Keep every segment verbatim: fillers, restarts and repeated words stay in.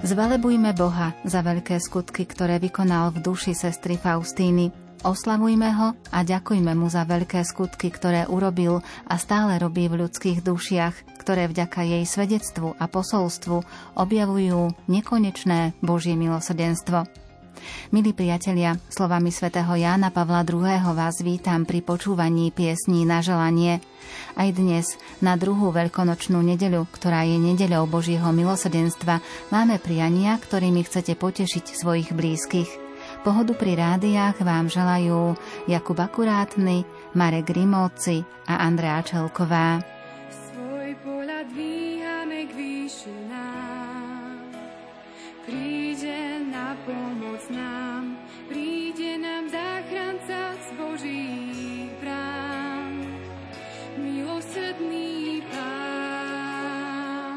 Zvelebujme Boha za veľké skutky, ktoré vykonal v duši sestry Faustíny. Oslavujme ho a ďakujme mu za veľké skutky, ktoré urobil a stále robí v ľudských dušiach, ktoré vďaka jej svedectvu a posolstvu objavujú nekonečné Božie milosrdenstvo. Milí priatelia, slovami svätého Jána Pavla druhého. vás vítam pri počúvaní piesní na želanie. Aj dnes, na druhú veľkonočnú nedeľu, ktorá je nedeľou Božieho milosrdenstva, máme priania, ktorými chcete potešiť svojich blízkych. Pohodu pri rádiách vám želajú Jakub Akurátny, Marek Rimóci a Andrea Čelková. Svoj pohľad dvíhame k výšinám, príde na pomoc nám, príde nám záchranca z Božích brán, milosrdný Pán.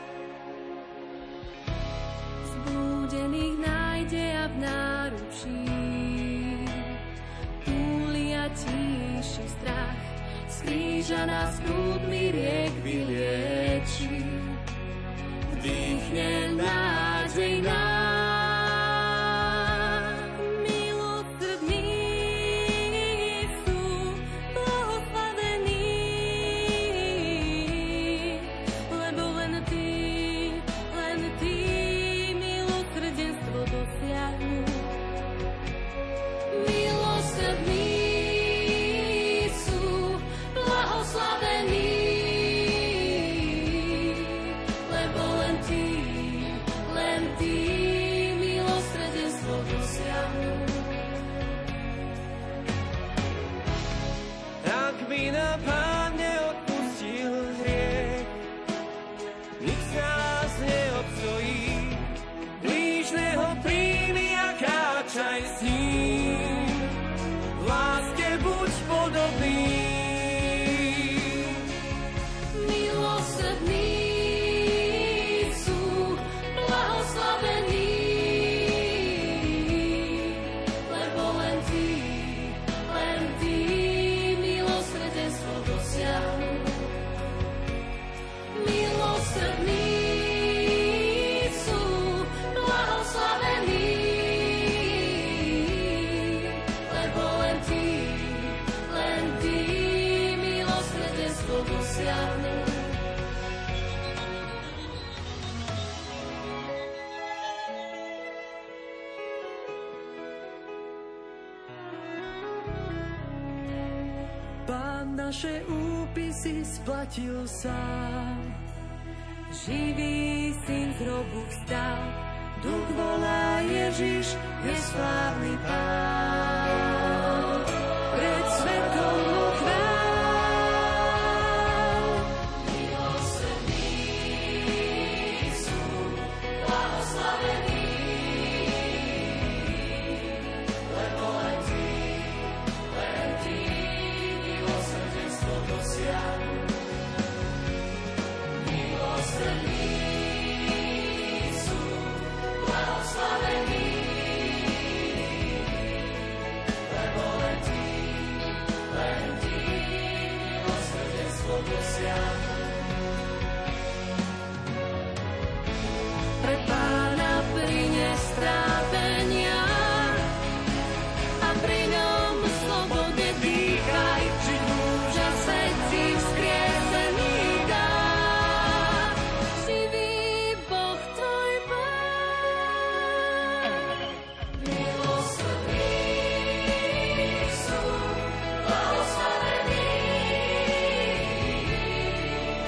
Zblúdených nájde a v náručí túli a tíši strach, z kríža nás prúdmi riek vylieči, vdýchne nádej nám. Pán naše úpisy splatil sám, živý syn z hrobu vstal, duch volá Ježiš, je slávny Pán. Pred svetom mu chvál. Milosrdný sú, blahoslavení, lebo len Ty, len Ty milosrdenstvo dosiahnu. Milosrdný sú, blahoslavení, lebo len Ty, len Ty milosrdenstvo dosiahnu. Pre Pána prinies trápenia a pri ňom slobodne dýchaj, žiť v úžase si vzkriesený dá. Živý Boh tvoj Pán. Milosrdní sú, blahoslavení,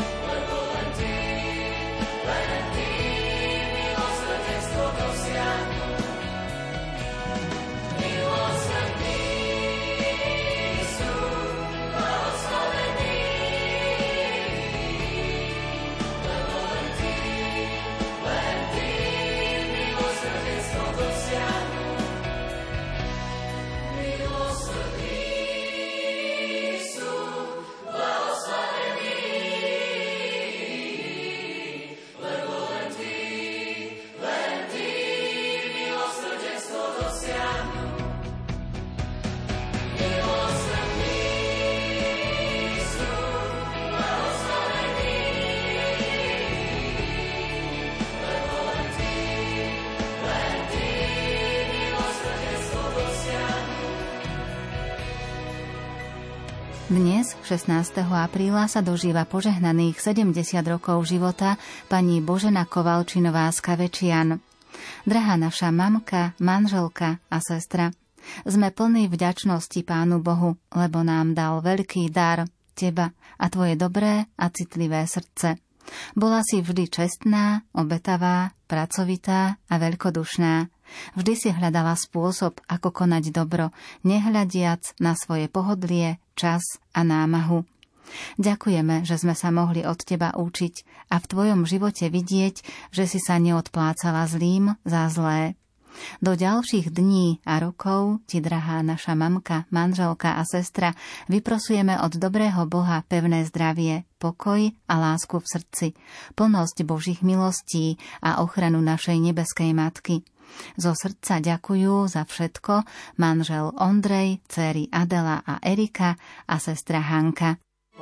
Dnes, šestnásteho apríla, sa dožíva požehnaných sedemdesiat rokov života pani Božena Kovalčinová z Kavečian. Drahá naša mamka, manželka a sestra, sme plní vďačnosti Pánu Bohu, lebo nám dal veľký dar, teba a tvoje dobré a citlivé srdce. Bola si vždy čestná, obetavá, pracovitá a veľkodušná. Vždy si hľadala spôsob, ako konať dobro, nehľadiac na svoje pohodlie, čas a námahu. Ďakujeme, že sme sa mohli od teba učiť a v tvojom živote vidieť, že si sa neodplácala zlým za zlé. Do ďalších dní a rokov ti, drahá naša mamka, manželka a sestra, vyprosujeme od dobrého Boha pevné zdravie, pokoj a lásku v srdci, plnosť Božích milostí a ochranu našej nebeskej Matky. Zo srdca ďakujú za všetko manžel Ondrej, dcéry Adela a Erika a sestra Hanka.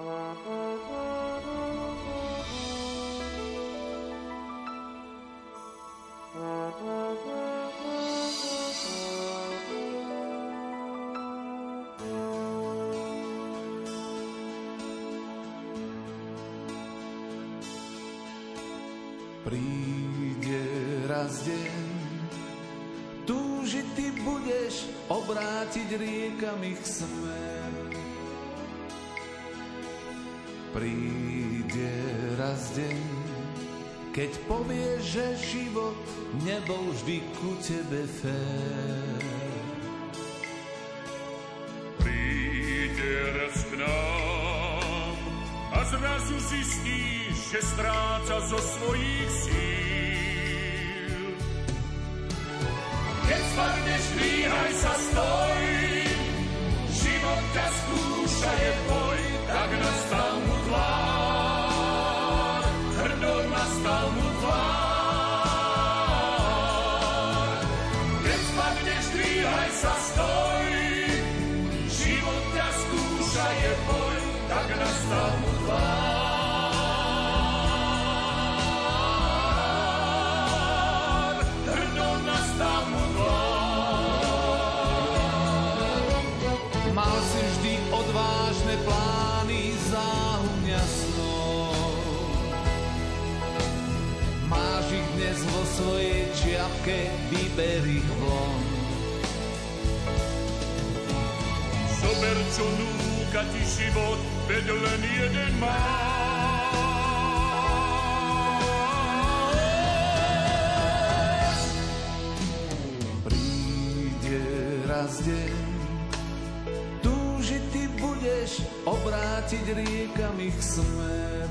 Príde raz deň, túžiť ty budeš, obrátiť riekami ich smer. Príde raz deň, keď povieš, že život nebol vždy ku tebe fér. Príde raz k nám a zrazu zistíš, že stráca zo svojich síl. Keď spadneš, dvíhaj sa, stoj, život ťa skúša, je boj, tak nastav mu tvár, hrdo nastav mu tvár. Keď spadneš, dvíhaj sa, stoj, život ťa skúša, je boj, tak nastav mu tvár. Mal si vždy odvážne plány, záhubňa snov. Máš ich dnes vo svojej čiapke, vyber ich von. Zober, čo núka ti život, veď len jeden máš. Príde raz deň, túžiť ty budeš, obrátiť riekami ich smer.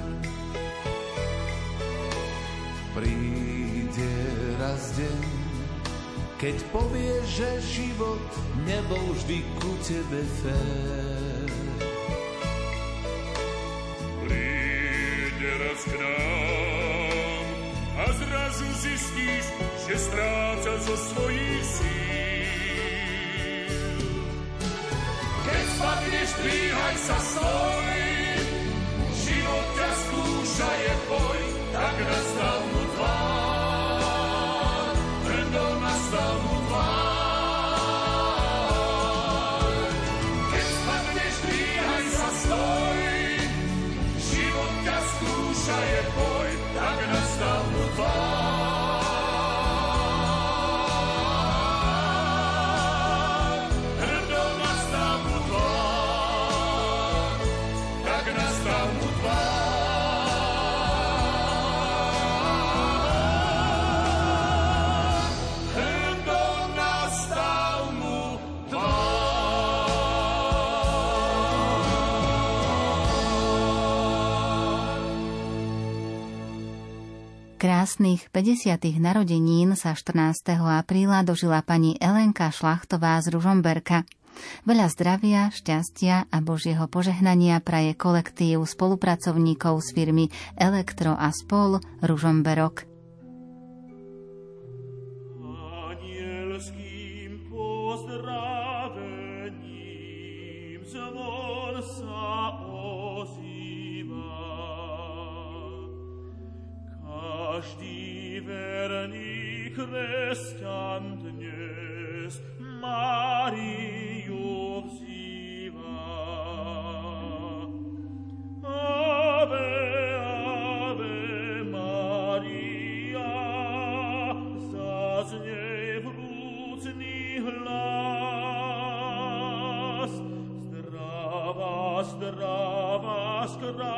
Príde raz deň, keď povieš, že život nebol vždy ku tebe fér. Príde raz k nám a zrazu zistíš, že stráca zo svojich síl. Keď spadneš, dvíhaj sa, stoj, život ťa skúša, je boj, tak nastav mu tvár, hrdo nastav mu tvár. Keď spadneš, dvíhaj sa, stoj, život ťa skúša, je boj, tak nastav mu tvár. Krásnych päťdesiatych narodenín sa štrnásteho apríla dožila pani Elenka Šlachtová z Ružomberka. Veľa zdravia, šťastia a Božieho požehnania praje kolektív spolupracovníkov z firmy Elektro a spol Ružomberok. Anielským pozdravením zvon sa ozýva. Každý verný kresťan dnes Máriu vzýva.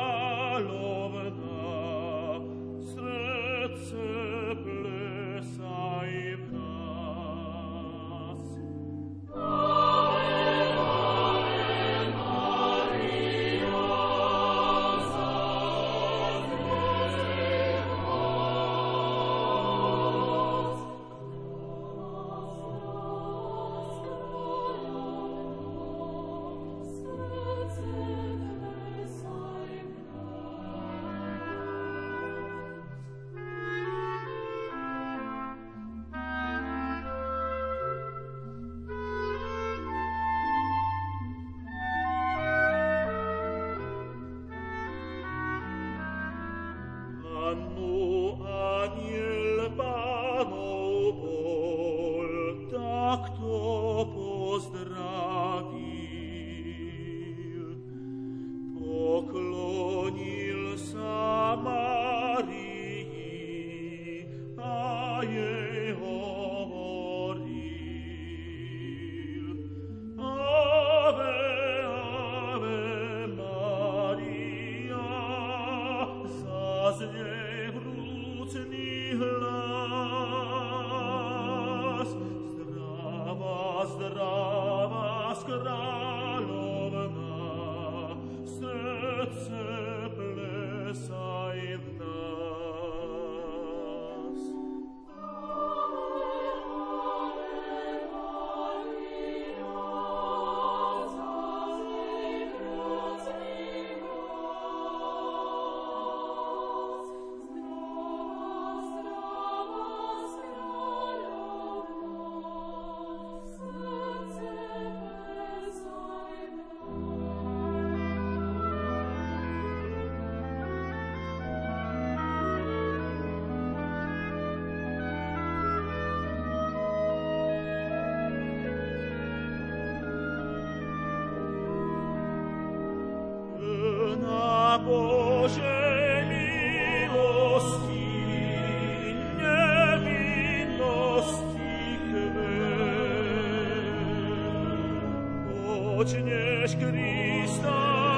Počneš Krista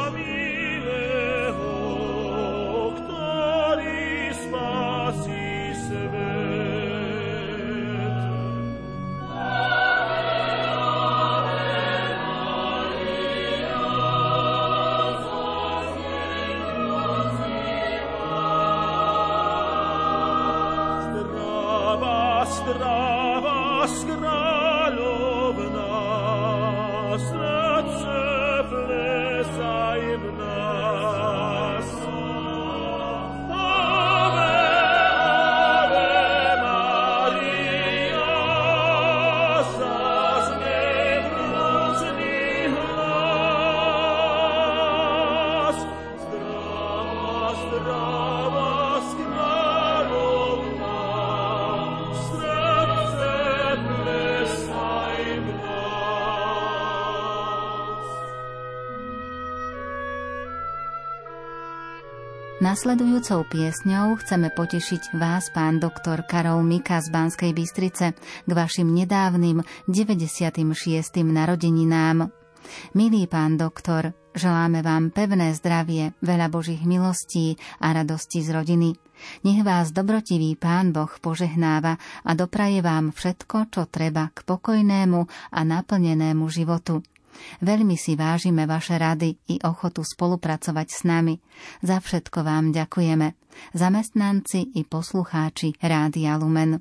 milého, ktorý spasí svet. Zdrava, zdrava, skráľovná, srdce plesaj v nás. Ave, Ave Maria, zaznie vrúcný hlas. Zdrava, zdrava, skráľovná, srdce plesaj v nás. Nasledujúcou piesňou chceme potešiť vás, pán doktor Karol Mika z Banskej Bystrice, k vašim nedávnym deväťdesiatym šiestym narodeninám. Milý pán doktor, želáme vám pevné zdravie, veľa Božích milostí a radosti z rodiny. Nech vás dobrotivý Pán Boh požehnáva a dopraje vám všetko, čo treba k pokojnému a naplnenému životu. Veľmi si vážime vaše rady i ochotu spolupracovať s nami. Za všetko vám ďakujeme. Zamestnanci i poslucháči Rádia Lumen.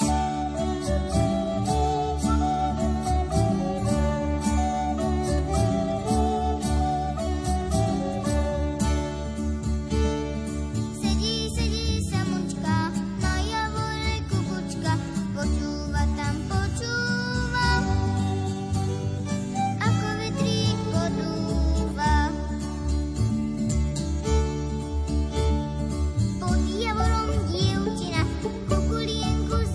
Sedí, sedí samočka, na javore kukučka, počúva tam, počúva, ako vetrík podúva. Pod javorom dievčina kukulienku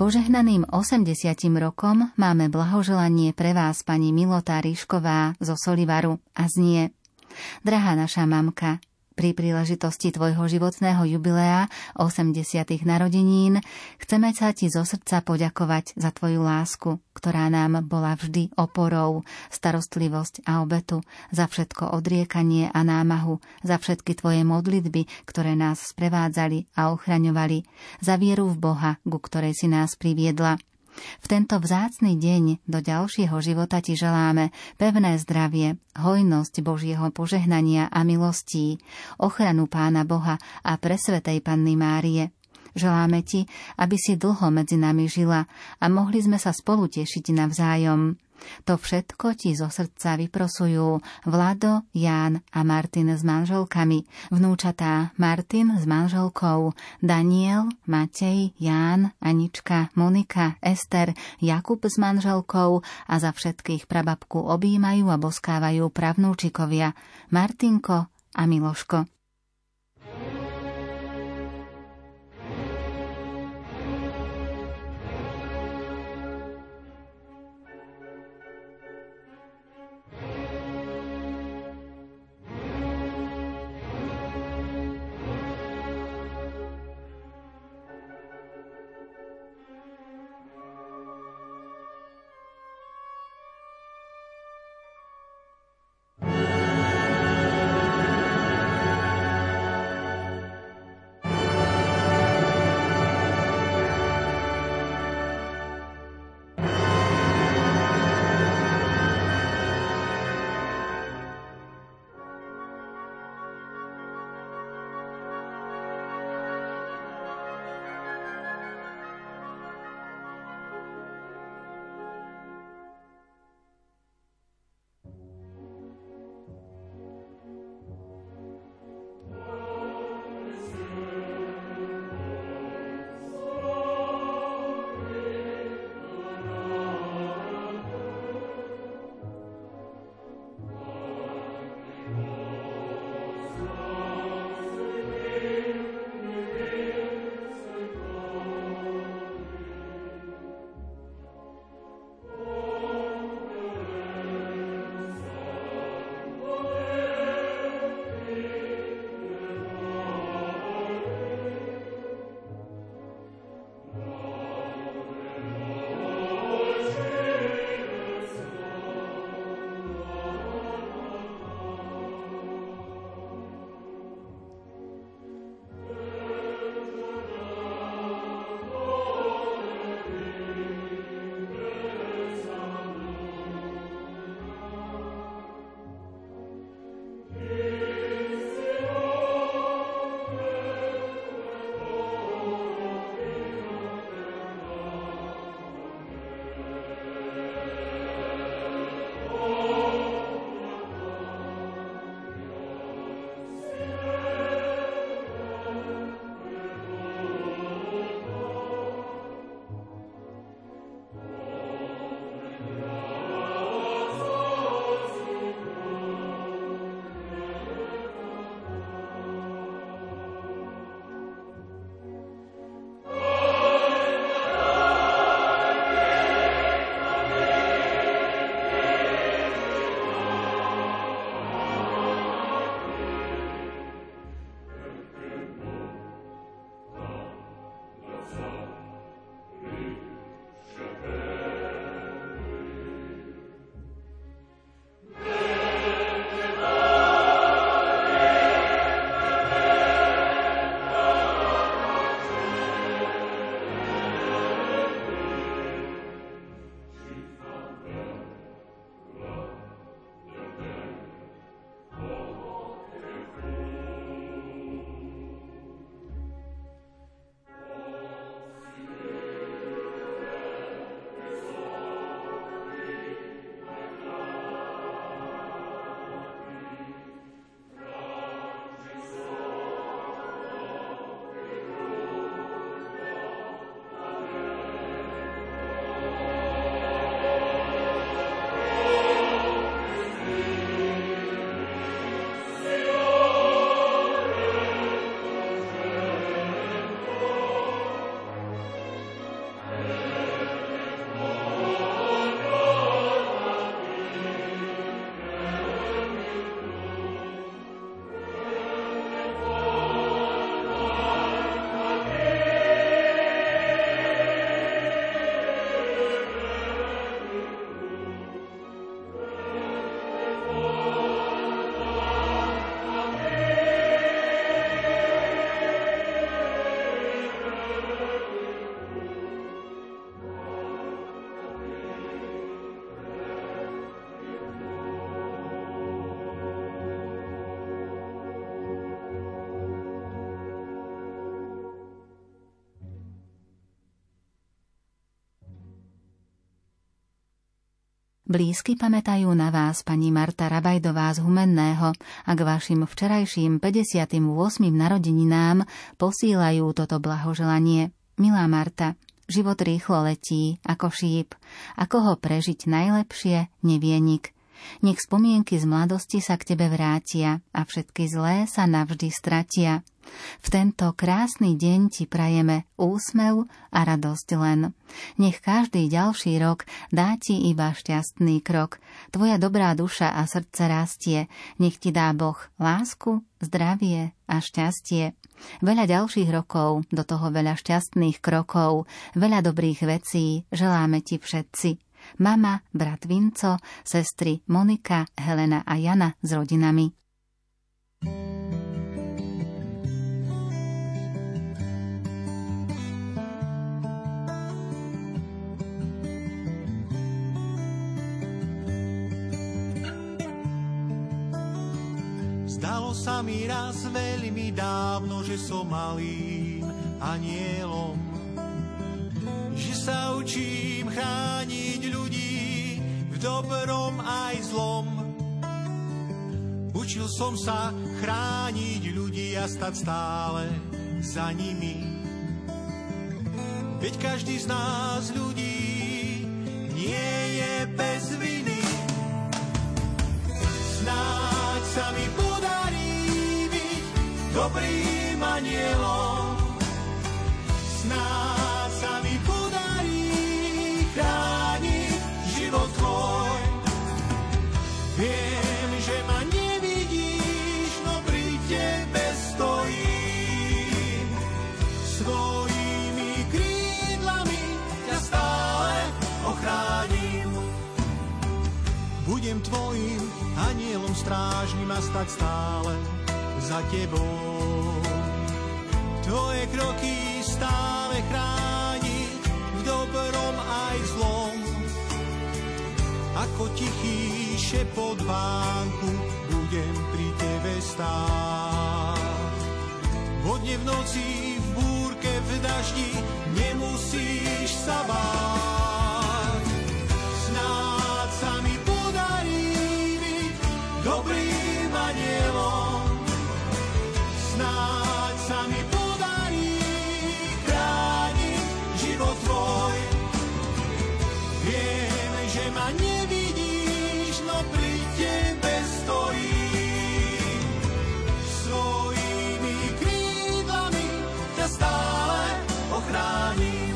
požehnaným osemdesiatym rokom máme blahoželanie pre vás, pani Milota Ríšková zo Solivaru a znie: Drahá naša mamka, pri príležitosti tvojho životného jubilea osemdesiatych narodenín chceme sa ti zo srdca poďakovať za tvoju lásku, ktorá nám bola vždy oporou, starostlivosť a obetu, za všetko odriekanie a námahu, za všetky tvoje modlitby, ktoré nás sprevádzali a ochraňovali, za vieru v Boha, ku ktorej si nás priviedla. V tento vzácny deň do ďalšieho života ti želáme pevné zdravie, hojnosť Božieho požehnania a milostí, ochranu Pána Boha a presvätej Panny Márie. Želáme ti, aby si dlho medzi nami žila a mohli sme sa spolu tešiť navzájom. To všetko ti zo srdca vyprosujú Vlado, Ján a Martin s manželkami, vnúčatá Martin s manželkou, Daniel, Matej, Ján, Anička, Monika, Ester, Jakub s manželkou a za všetkých prababku objímajú a boskávajú pravnúčikovia Martinko a Miloško. Blízky pamätajú na vás pani Marta Rabajdová z Humenného a k vašim včerajším päťdesiatym ôsmym narodeninám posílajú toto blahoželanie. Milá Marta, život rýchlo letí ako šíp. Ako ho prežiť najlepšie, nevie nik. Nech spomienky z mladosti sa k tebe vrátia a všetky zlé sa navždy stratia. V tento krásny deň ti prajeme úsmev a radosť len. Nech každý ďalší rok dá ti iba šťastný krok. Tvoja dobrá duša a srdce rastie. Nech ti dá Boh lásku, zdravie a šťastie. Veľa ďalších rokov, do toho veľa šťastných krokov, veľa dobrých vecí želáme ti všetci. Mama, brat Vinco, sestry Monika, Helena a Jana s rodinami. Zdalo sa mi raz veľmi dávno, že som malým anielom, že sa učím chrániť ľudí v dobrom aj zlom. Učil som sa chrániť ľudí a stať stále za nimi. Veď každý z nás ľudí nie je bez viny. Snáď sa mi podarí byť dobrým anielom. Snáď sa mi podarí chrániť život tvoj. Viem, že ma nevidíš, no pri tebe stojím. Svojimi krídlami ťa stále ochránim. Budem tvojim anielom strážnym a stať stále za tebou. Tvoje kroky stále chrániť v dobrom aj zlom. Ako tichý šepot vánku budem pri tebe stáť. Vodne v noci, v búrke, v daždi nemusíš sa báť. Snáď sa mi podarí byť dobrým anielom. Snáď sa mi podarí chrániť život tvoj. Viem, že ma nevidíš, no pri tebe stojím. Svojimi krídlami ťa stále ochránim.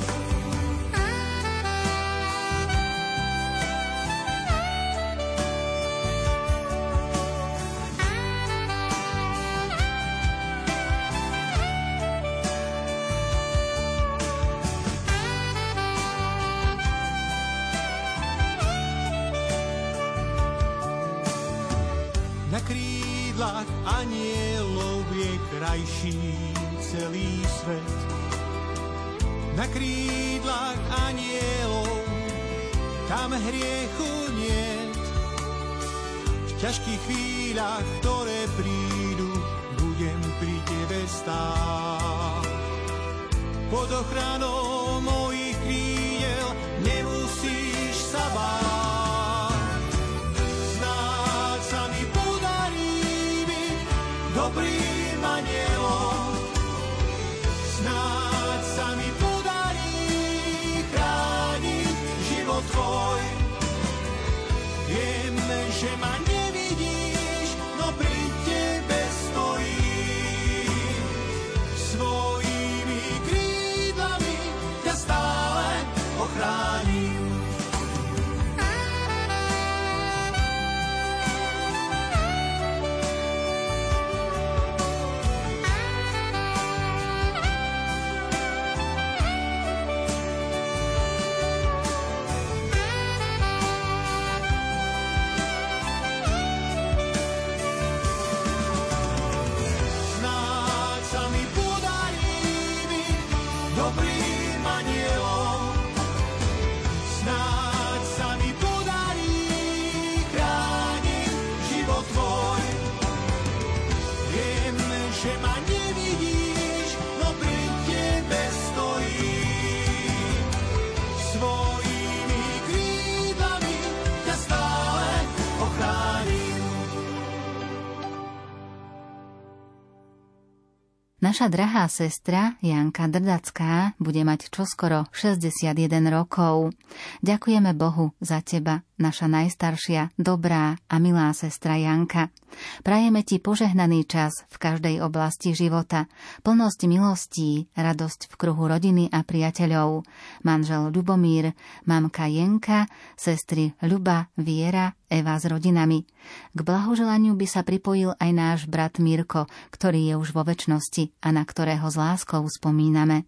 Na krídlach anielov je krajší celý svet. Na krídlach anielov tam hriechu niet. V ťažkých chvíľach, ktoré prídu, budem pri tebe stáť. Pod ochranou mojich krídel nemusíš sa báť. Snáď sa mi dobrým anielom. Snáď sa mi podarí chrániť život tvoj. Viem, že ma nevidíš, no pri tebe stojím. Svojimi krídlami ťa stále ochránim. Naša drahá sestra Janka Drdacká bude mať čoskoro šesťdesiatjeden rokov. Ďakujeme Bohu za teba, naša najstaršia, dobrá a milá sestra Janka. Prajeme ti požehnaný čas v každej oblasti života, plnosť milostí, radosť v kruhu rodiny a priateľov. Manžel Ľubomír, mamka Jenka, sestry Ľuba, Viera, Eva s rodinami. K blahoželaniu by sa pripojil aj náš brat Mirko, ktorý je už vo večnosti a na ktorého s láskou spomíname.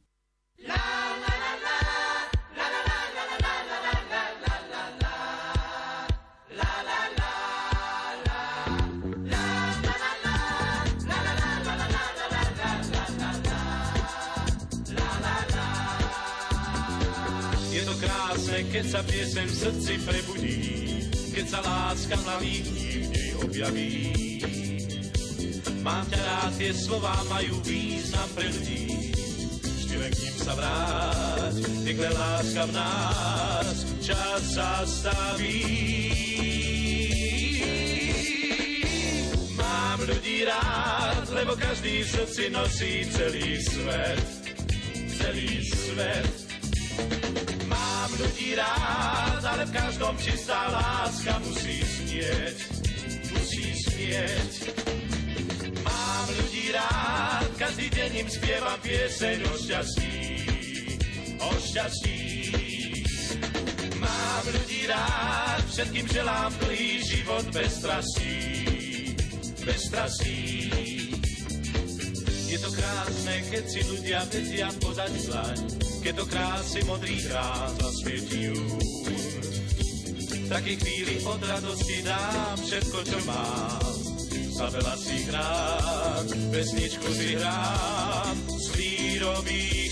Je to krásne, keď sa piesem v srdci prebudí, keď sa láska mladých dní v nej objaví. Mám ťa rád, tie slová majú význam pre ľudí, vždy len k ním sa vráť, tykle láska v nás, čas zastaví. Mám ľudí rád, lebo každý v srdci nosí celý svet, celý svet. Mám ľudí rád, ale v každom čistá láska musí znieť, musí znieť. Mám ľudí rád, každý deň im spievam pieseň o šťastí, o šťastí. Mám ľudí rád, všetkým želám dlhý život bez strastí, bez strastí. Je to krásne, keď si ľudia vedia podať dlaň, keď do krásy modrých ráz zasvietí jún. V takej chvíli od radosti dám všetko, čo mám, sa veľa si hrám, pesničku si hrám z lírových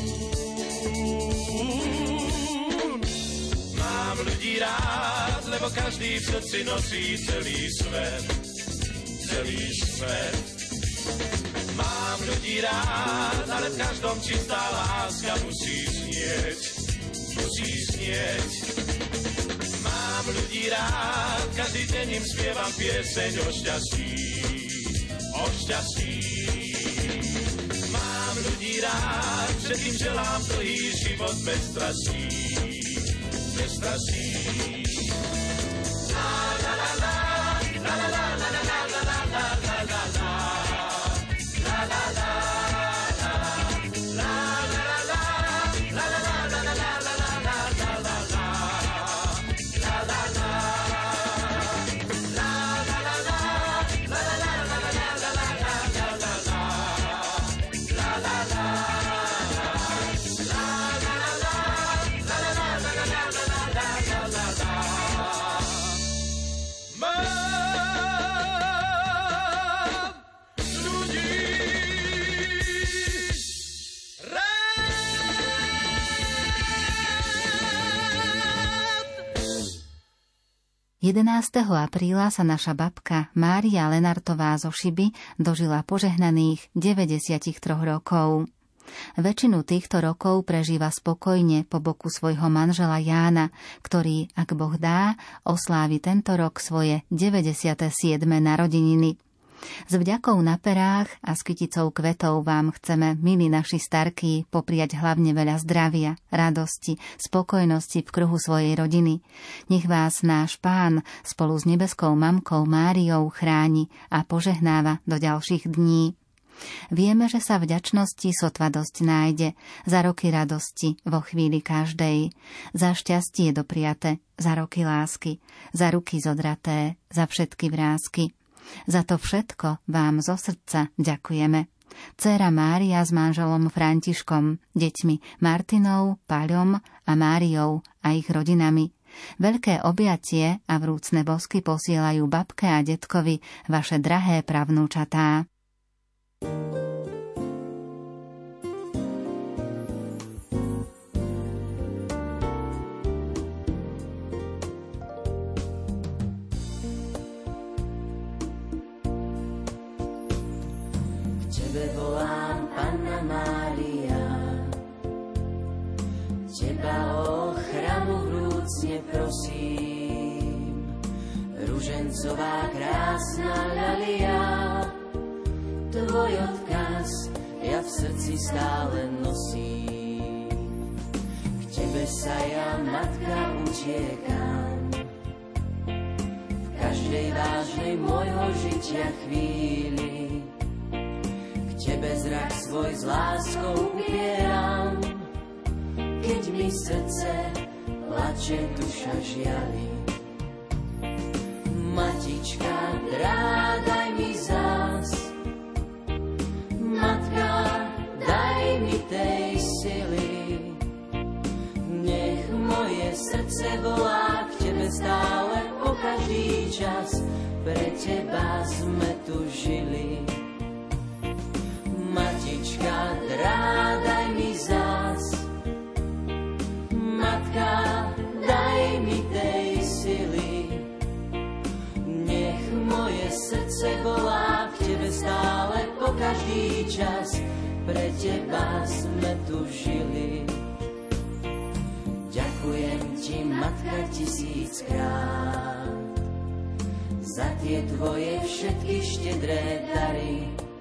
strún. Mám ľudí rád, lebo každý v srdci nosí celý svet, celý svet. Mám ľudí rád, ale v každom čistá láska musí znieť, musí znieť. Mám ľudí rád, každý deň im spievam pieseň o šťastí, o šťastí. Mám ľudí rád, všetkým želám dlhý život bez strastí, bez strastí. La la la la, la la la la la la la la la la la. jedenásteho apríla sa naša babka Mária Lenartová zo Šiby dožila požehnaných deväťdesiattri rokov. Väčšinu týchto rokov prežíva spokojne po boku svojho manžela Jána, ktorý, ak Boh dá, oslávi tento rok svoje deväťdesiate siedme narodeniny. S vďakou na perách a s kyticou kvetov vám chceme, milí naši starkí, popriať hlavne veľa zdravia, radosti, spokojnosti v kruhu svojej rodiny. Nech vás náš Pán spolu s nebeskou mamkou Máriou chráni a požehnáva do ďalších dní. Vieme, že sa vďačnosti sotva dosť nájde, za roky radosti vo chvíli každej, za šťastie dopriate, za roky lásky, za ruky zodraté, za všetky vrásky. Za to všetko vám zo srdca ďakujeme. Dcéra Mária s manželom Františkom, deťmi Martinou, Paľom a Máriou a ich rodinami. Veľké objatie a vrúcne bosky posielajú babke a detkovi vaše drahé pravnúčatá. Tebe volám, Panna Mária, teba o ochranu vrúcne prosím. Ružencová krásna ľalia, tvoj odkaz ja v srdci stále nosím. K tebe sa ja, matka, utiekam. V každej vážnej môjho žitia chvíli k tebe zrak svoj s láskou upieram. Keď mi srdce plače, duša žiali. Matička, drá, daj mi zás. Matka, daj mi tej sily. Nech moje srdce volá k tebe stále po každý čas. Pre teba sme tu žili. Matička, drá, daj mi zás. Matka, daj mi tej sily. Nech moje srdce volá k tebe stále po každý čas. Pre teba sme tu žili. Ďakujem ti, matka, tisíckrát za tie tvoje všetky štedré dary.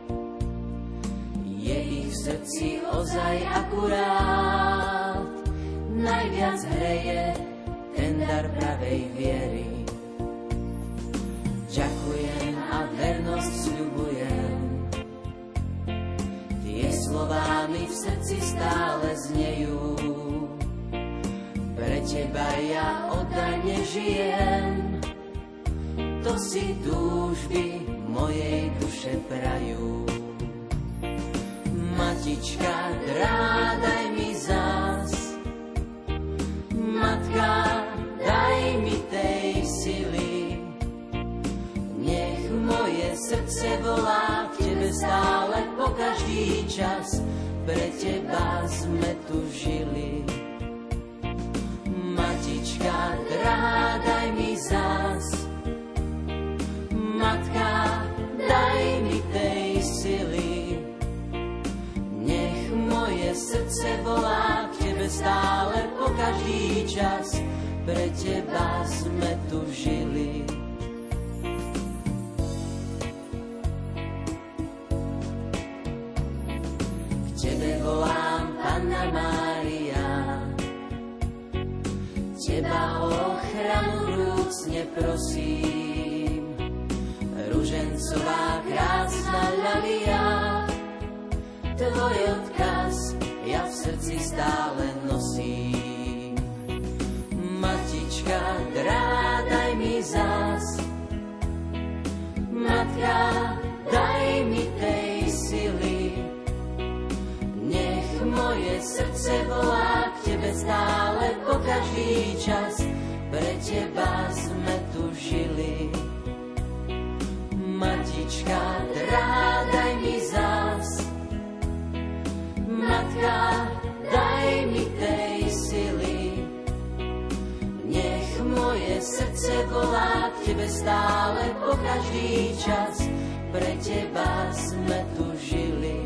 Je ich v srdci ozaj akurát. Najviac hreje ten dar pravej viery. Ďakujem a vernosť sľubujem. Tie slová mi v srdci stále znejú. Pre teba ja oddane žijem. To si túžby mojej duše prajú. Matička, drá, daj mi zás. Matka, daj mi tej sily. Nech moje srdce volá k tebe stále po každý čas. Pre teba sme tu žili. Matička, drá, daj mi zás. Matka, daj mi tej sily. Nech moje srdce volá k tebe stále po každý čas. Pre teba sme tu žili. K tebe volám, Panna Mária. Teba o ochranu vrúcne prosím. Ružencová krásna ľavia. Tvoj odkaz ja v srdci stále nosím. Matička, drá, daj mi zás. Matka, daj mi tej sily. Nech moje srdce volá k tebe stále po každý čas. Pre teba sme tu žili. Matička, drá, daj mi zás. Matka, daj mi tej sily. Nech moje srdce volá k tebe stále po každý čas. Pre teba sme tu žili.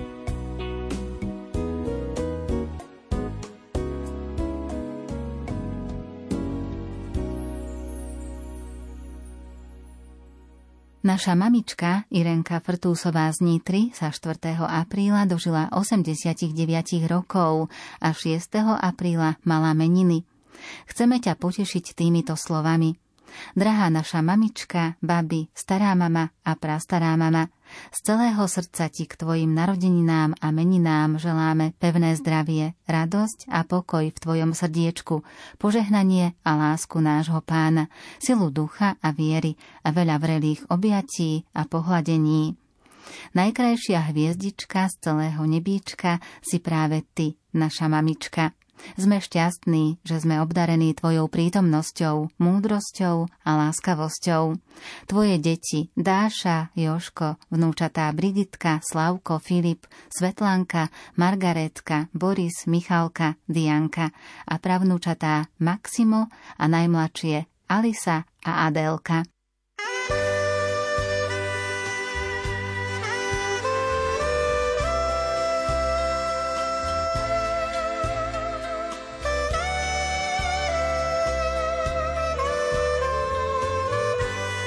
Naša mamička Irenka Frtúsová z Nitry sa štvrtého apríla dožila osemdesiatdeväť rokov a šiesteho apríla mala meniny. Chceme ťa potešiť týmito slovami. Drahá naša mamička, babi, stará mama a prastará mama, z celého srdca ti k tvojim narodeninám a meninám želáme pevné zdravie, radosť a pokoj v tvojom srdiečku, požehnanie a lásku nášho Pána, silu ducha a viery a veľa vrelých objatí a pohľadení. Najkrajšia hviezdička z celého nebíčka si práve ty, naša mamička. Sme šťastní, že sme obdarení tvojou prítomnosťou, múdrosťou a láskavosťou. Tvoje deti, Dáša, Joško, vnúčatá Brigitka, Slavko, Filip, Svetlanka, Margaretka, Boris, Michalka, Dianka a pravnúčatá Maximo a najmladšie Alisa a Adélka.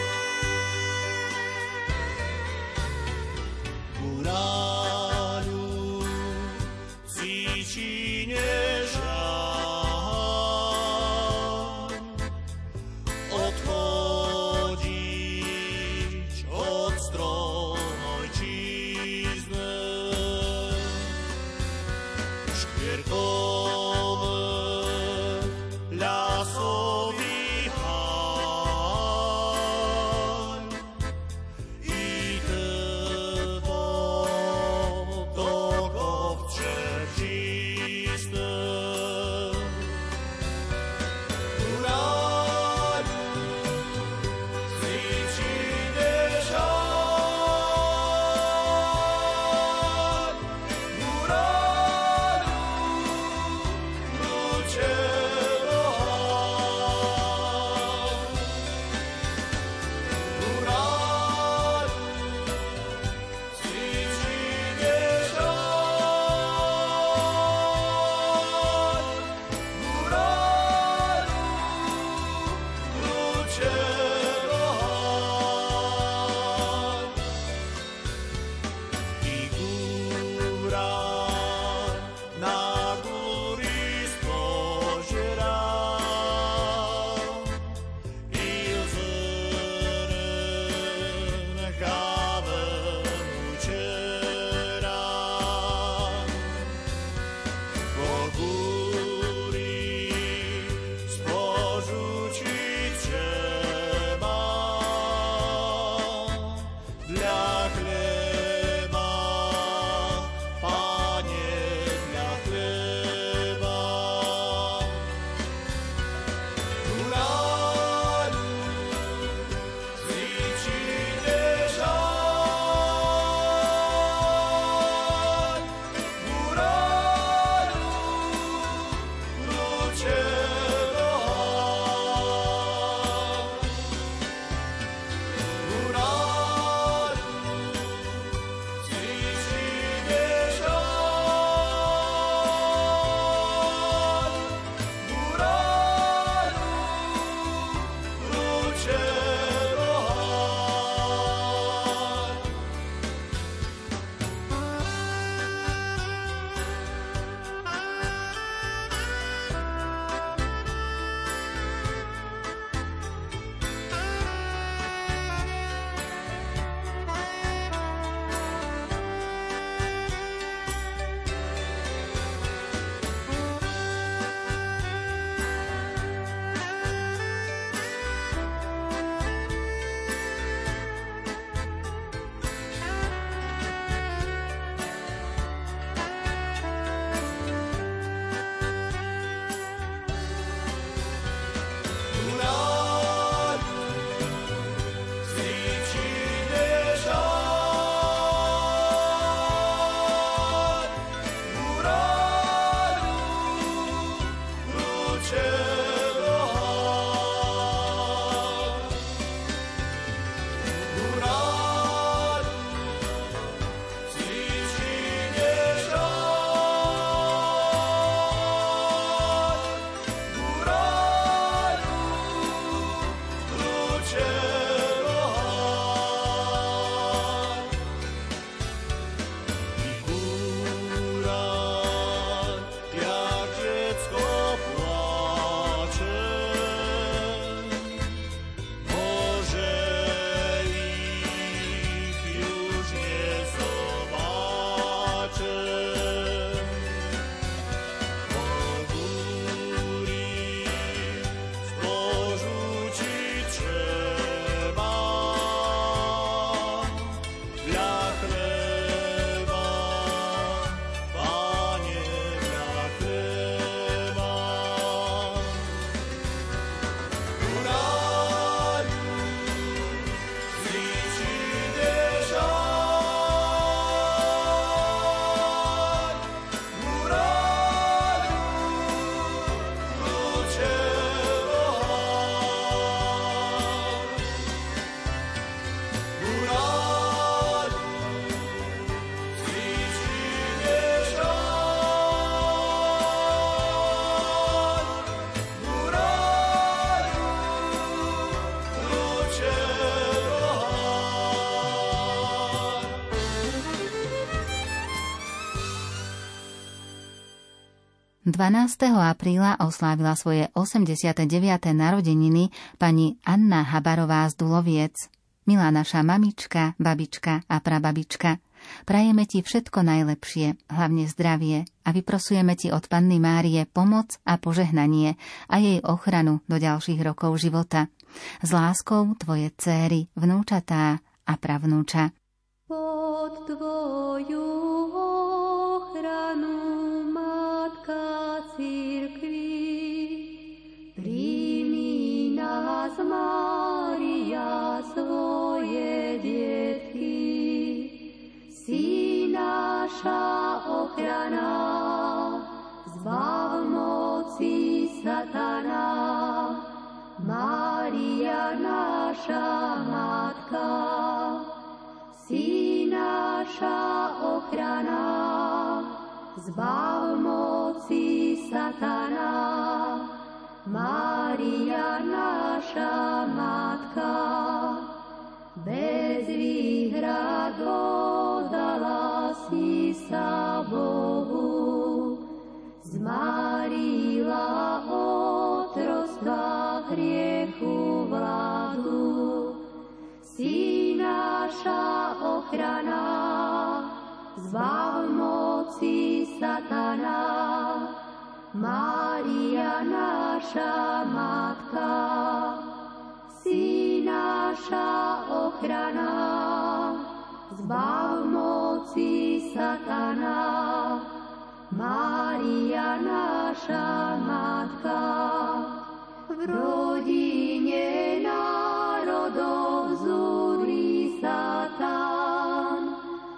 Uráľu dvanásteho apríla oslávila svoje osemdesiate deviate narodeniny pani Anna Habarová z Duloviec. Milá naša mamička, babička a prababička, prajeme ti všetko najlepšie, hlavne zdravie, a vyprosujeme ti od Panny Márie pomoc a požehnanie a jej ochranu do ďalších rokov života. S láskou tvoje dcéry, vnúčatá a pravnúča. Pod tvoju ochranu, Matka cirkvi, príjmi nás, Mária, svoje detky. Si naša ochrana, zbav moci satana. Mária, naša Matka, si naša ochrana, zbav moci satana. Mária, naša Matka, bez výhrad oddala si sa Bohu, zmarila otroctva hriechu vládu. Si naša ochrana, zbav moci satana. Mária, naša Matka, si naša ochrana, zbav moci satana. Mária, naša Matka, v rodine národov zúri Satan,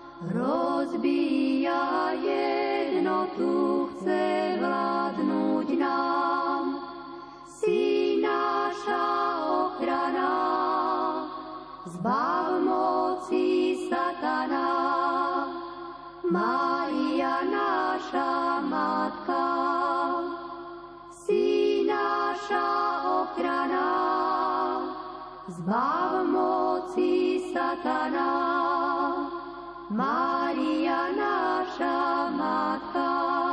rozbíja jednotu, chce vládnuť nám. Si naša ochrana, zbav moci satana. Mária, naša Matka, si naša ochrana, zbav moci satana. Mária, naša Matka.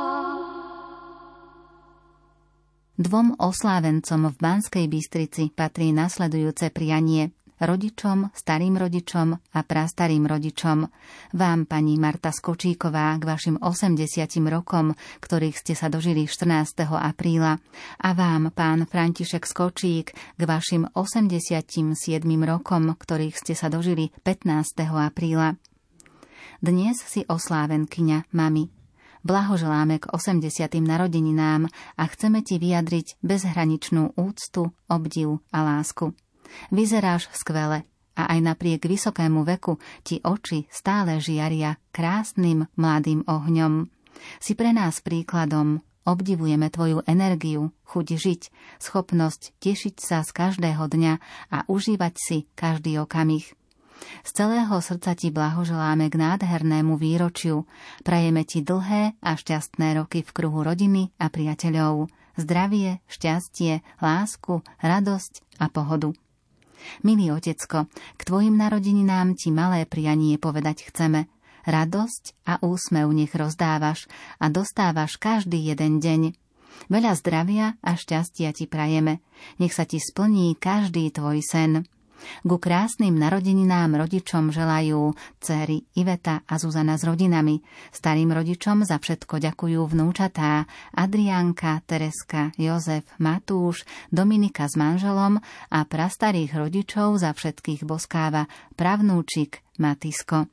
Dvom oslávencom v Banskej Bystrici patrí nasledujúce prianie. Rodičom, starým rodičom a prastarým rodičom. Vám, pani Marta Skočíková, k vašim osemdesiatim rokom, ktorých ste sa dožili štrnásteho apríla. A vám, pán František Skočík, k vašim osemdesiatim siedmim rokom, ktorých ste sa dožili pätnásteho apríla. Dnes si oslávenkyňa mami. Blahoželáme k osemdesiatym narodeninám a chceme ti vyjadriť bezhraničnú úctu, obdiv a lásku. Vyzeráš skvele a aj napriek vysokému veku ti oči stále žiaria krásnym mladým ohňom. Si pre nás príkladom, obdivujeme tvoju energiu, chuť žiť, schopnosť tešiť sa z každého dňa a užívať si každý okamih. Z celého srdca ti blahoželáme k nádhernému výročiu. Prajeme ti dlhé a šťastné roky v kruhu rodiny a priateľov. Zdravie, šťastie, lásku, radosť a pohodu. Milý otecko, k tvojim narodeninám ti malé prianie povedať chceme. Radosť a úsmev nech rozdávaš a dostávaš každý jeden deň. Veľa zdravia a šťastia ti prajeme. Nech sa ti splní každý tvoj sen. Ku krásnym narodeninám rodičom želajú dcéry Iveta a Zuzana s rodinami. Starým rodičom za všetko ďakujú vnúčatá Adriánka, Tereska, Jozef, Matúš, Dominika s manželom a prastarých rodičov za všetkých boskáva pravnúčik Matisko.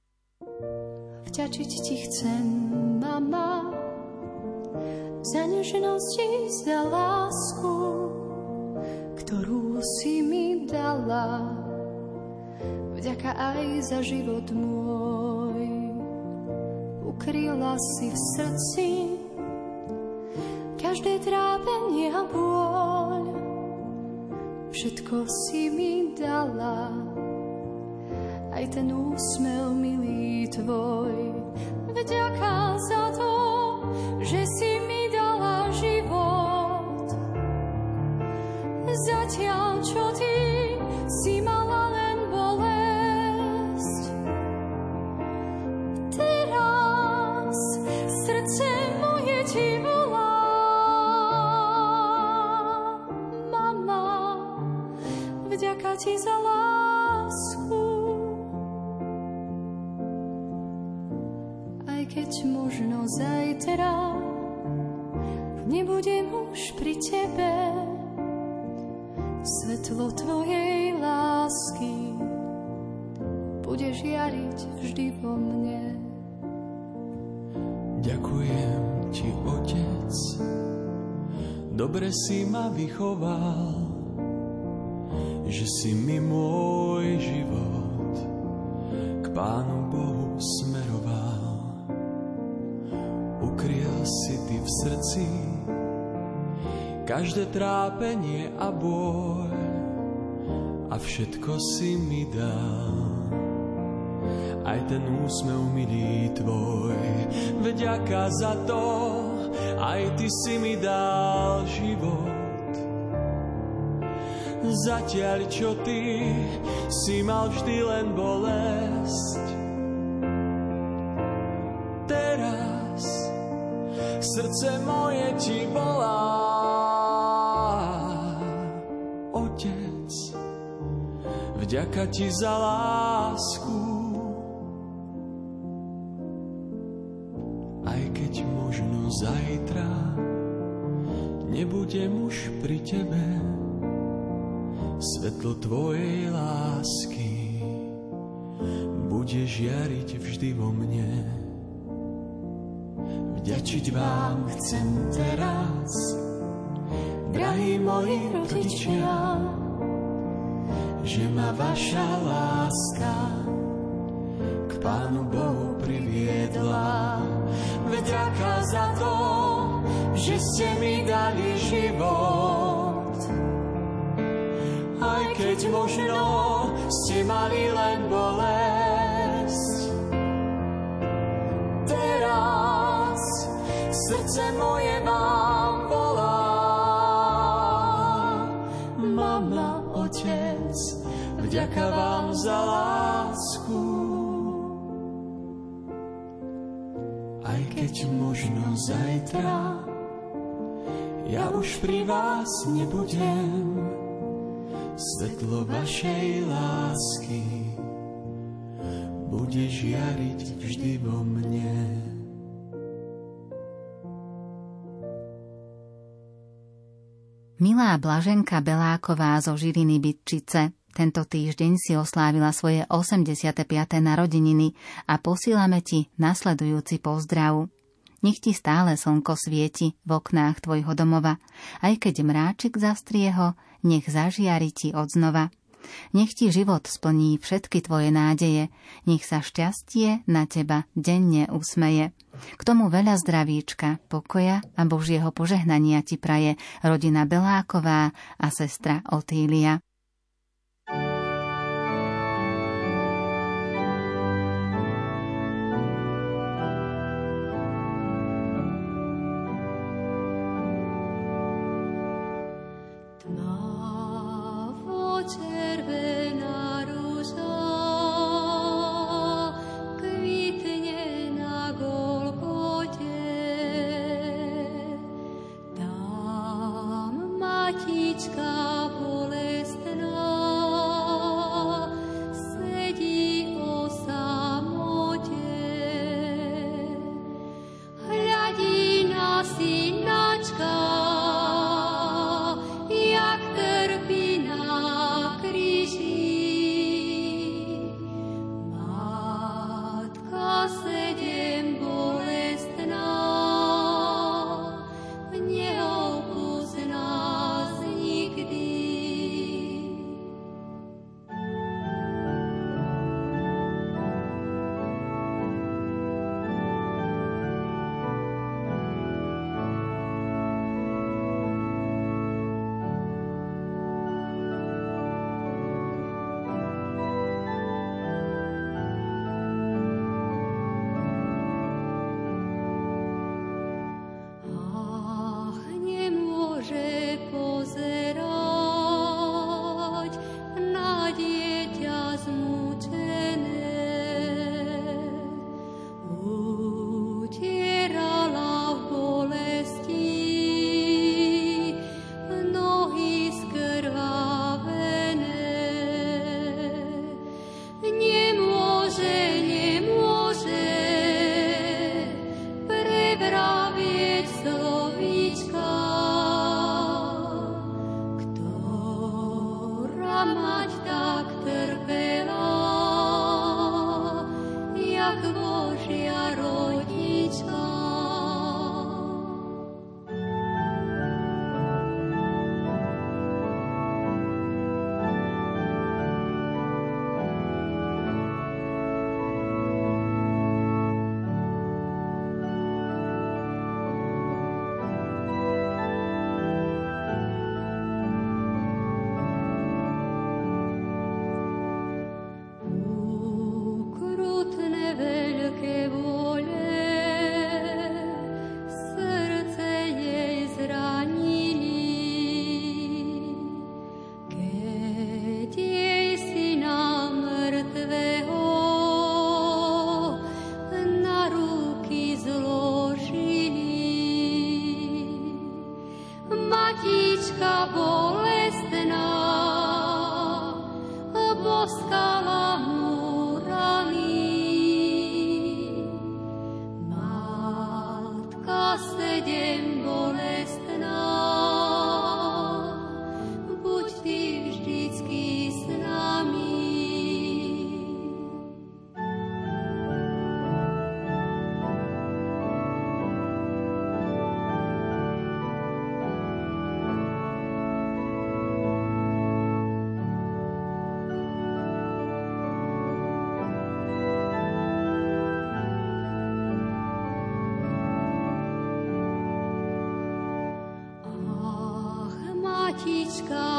Vďačiť ti chcem, mama, za nežnosti, za lásku, ktorú si mi dala, vďaka aj za život môj. Ukryla si v srdci každé trápenie a bôľ, všetko si mi dala, aj ten úsmev milý tvoj. Vďaka za to, že si mi dala život, zatiaľ, čo ty si mala len bolesť. Teraz srdce moje ti volá, ti za lásku. Aj keď možno zajtra nebudem už pri tebe, svetlo tvojej lásky bude žiariť vždy vo mne. Ďakujem ti, Otec, dobre si ma vychoval, že si mi môj život k Pánu Bohu smeroval. Ukryl si ty v srdci každé trápenie a boj a všetko si mi dal, aj ten úsmev milý tvoj. Vďaka za to, aj ty si mi dal život. Zatiaľ, čo ty si mal vždy len bolesť, teraz srdce moje ti volá. Otec, vďaka ti za lásku, aj keď možno zajtra nebudem už pri tebe, svetlo tvojej lásky bude žiariť vždy vo mne. Vďačiť vám chcem teraz, drahí moji rodičia, že ma vaša láska k Pánu Bohu priviedla. Vďaka za to, že ste mi dali život, aj keď možno ste mali len bolesť. Teraz srdce moje vám volá. Mama, otec, vďaka vám za lásku, aj keď možno zajtra ja už pri vás nebudem, svetlo vašej lásky bude žiariť vždy vo mne. Milá Blaženka Beláková zo Žiliny Bytčice tento týždeň si oslávila svoje osemdesiate piate narodeniny a posílame ti nasledujúci pozdrav. Nech ti stále slnko svieti v oknách tvojho domova, aj keď mráčik zastrie ho, nech zažiari ti odznova. Nech ti život splní všetky tvoje nádeje, nech sa šťastie na teba denne usmeje. K tomu veľa zdravíčka, pokoja a Božieho požehnania ti praje rodina Beláková a sestra Otília. Matička bolest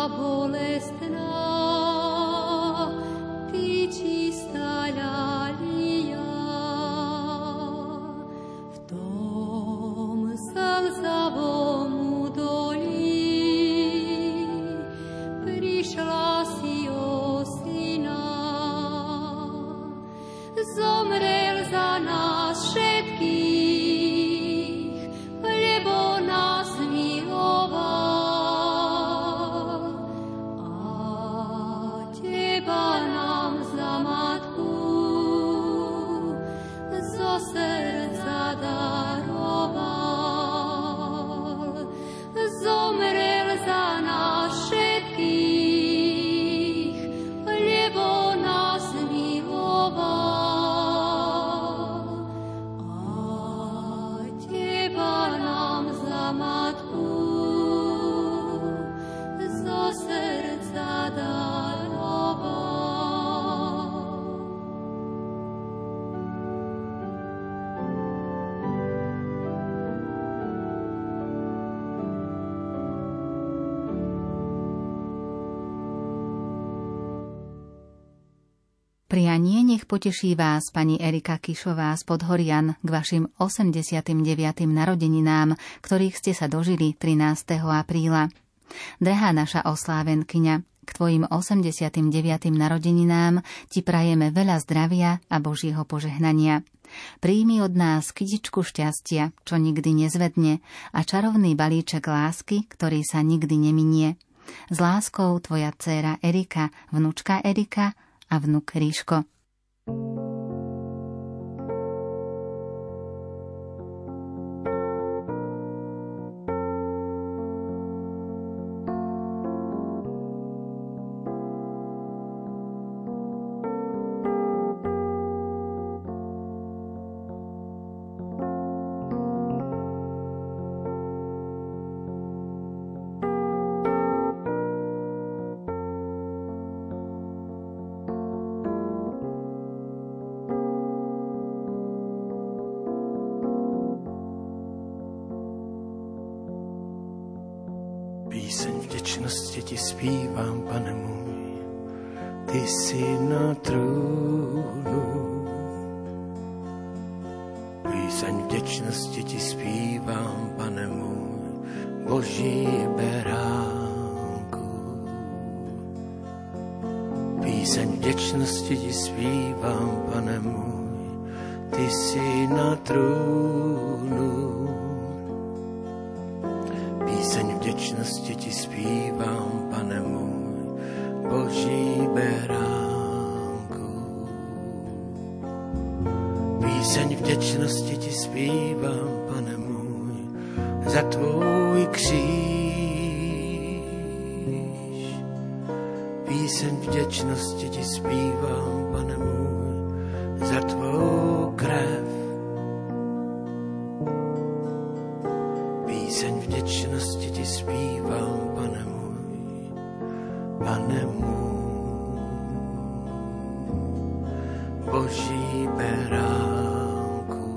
bolestná, ty čistá ľalia. V tom slzavom údolí prišla si o syna. Zomrel za nás všetkých, lebo nás miloval. A teba nám za matku zo srdca daroval. Zomrel za nás všetkých, lebo nás miloval. Prianie nech poteší vás pani Erika Kišová z Podhorian k vašim osemdesiatym deviatym narodeninám, ktorých ste sa dožili trinásteho apríla. Drahá naša oslávenkyňa, k tvojim osemdesiatym deviatym narodeninám ti prajeme veľa zdravia a Božieho požehnania. Príjmi od nás kytičku šťastia, čo nikdy nezvedne, a čarovný balíček lásky, ktorý sa nikdy neminie. S láskou tvoja dcéra Erika, vnučka Erika a vnuk Ríško. Píseň vděčnosti ti zpívám, Pane můj, ty jsi na trůnu. Píseň vděčnosti ti zpívám, Pane můj, Boží beránku. Píseň vděčnosti ti zpívám, Pane můj, ty jsi na trůnu. Píseň vděčnosti ti zpívám, Pane můj, Boží beránku. Píseň vděčnosti ti zpívám, Pane můj, za tvůj kříž. Píseň vděčnosti ti zpívám, Pane můj, za tvou krev. Píseň vděčnosti ti zpívám, Pane můj, Pane můj, Boží beránku.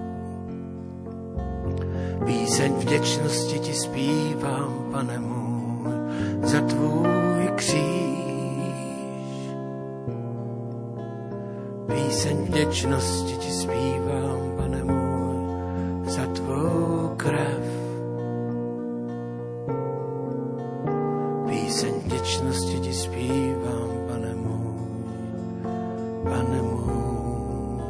Píseň vděčnosti ti zpívám, Pane můj, za tvůj kříž. Píseň vděčnosti ti zpívám, Pane můj, za tvou krev. Píseň vděčnosti ti zpívám, Pane můj, Pane můj,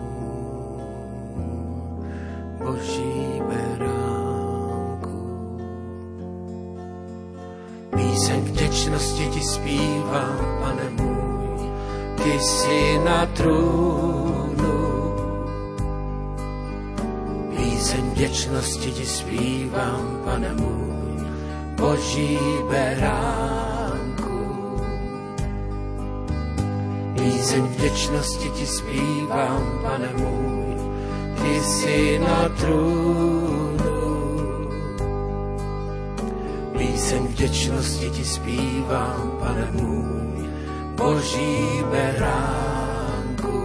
Boží beránku. Píseň vděčnosti ti zpívám, Pane můj, ty jsi na trůnu. Píseň vděčnosti ti zpívám, Pane můj, Boží beránku. Píseň vděčnosti ti zpívám, Pane můj, ty jsi na trůnu. Píseň vděčnosti ti zpívám, Pane můj, Boží beránku.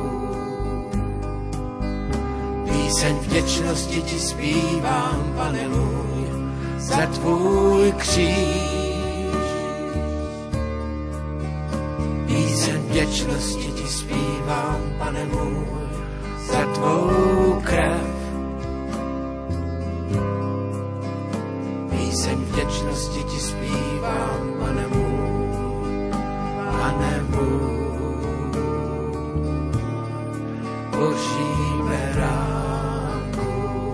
Píseň vděčnosti ti zpívám, Pane můj, za tvůj kříž. vděčnosti ti zpívám, Pane můj, za tvou krev. Píseň vděčnosti ti zpívám, Pane můj, Pane můj, Boží beránku.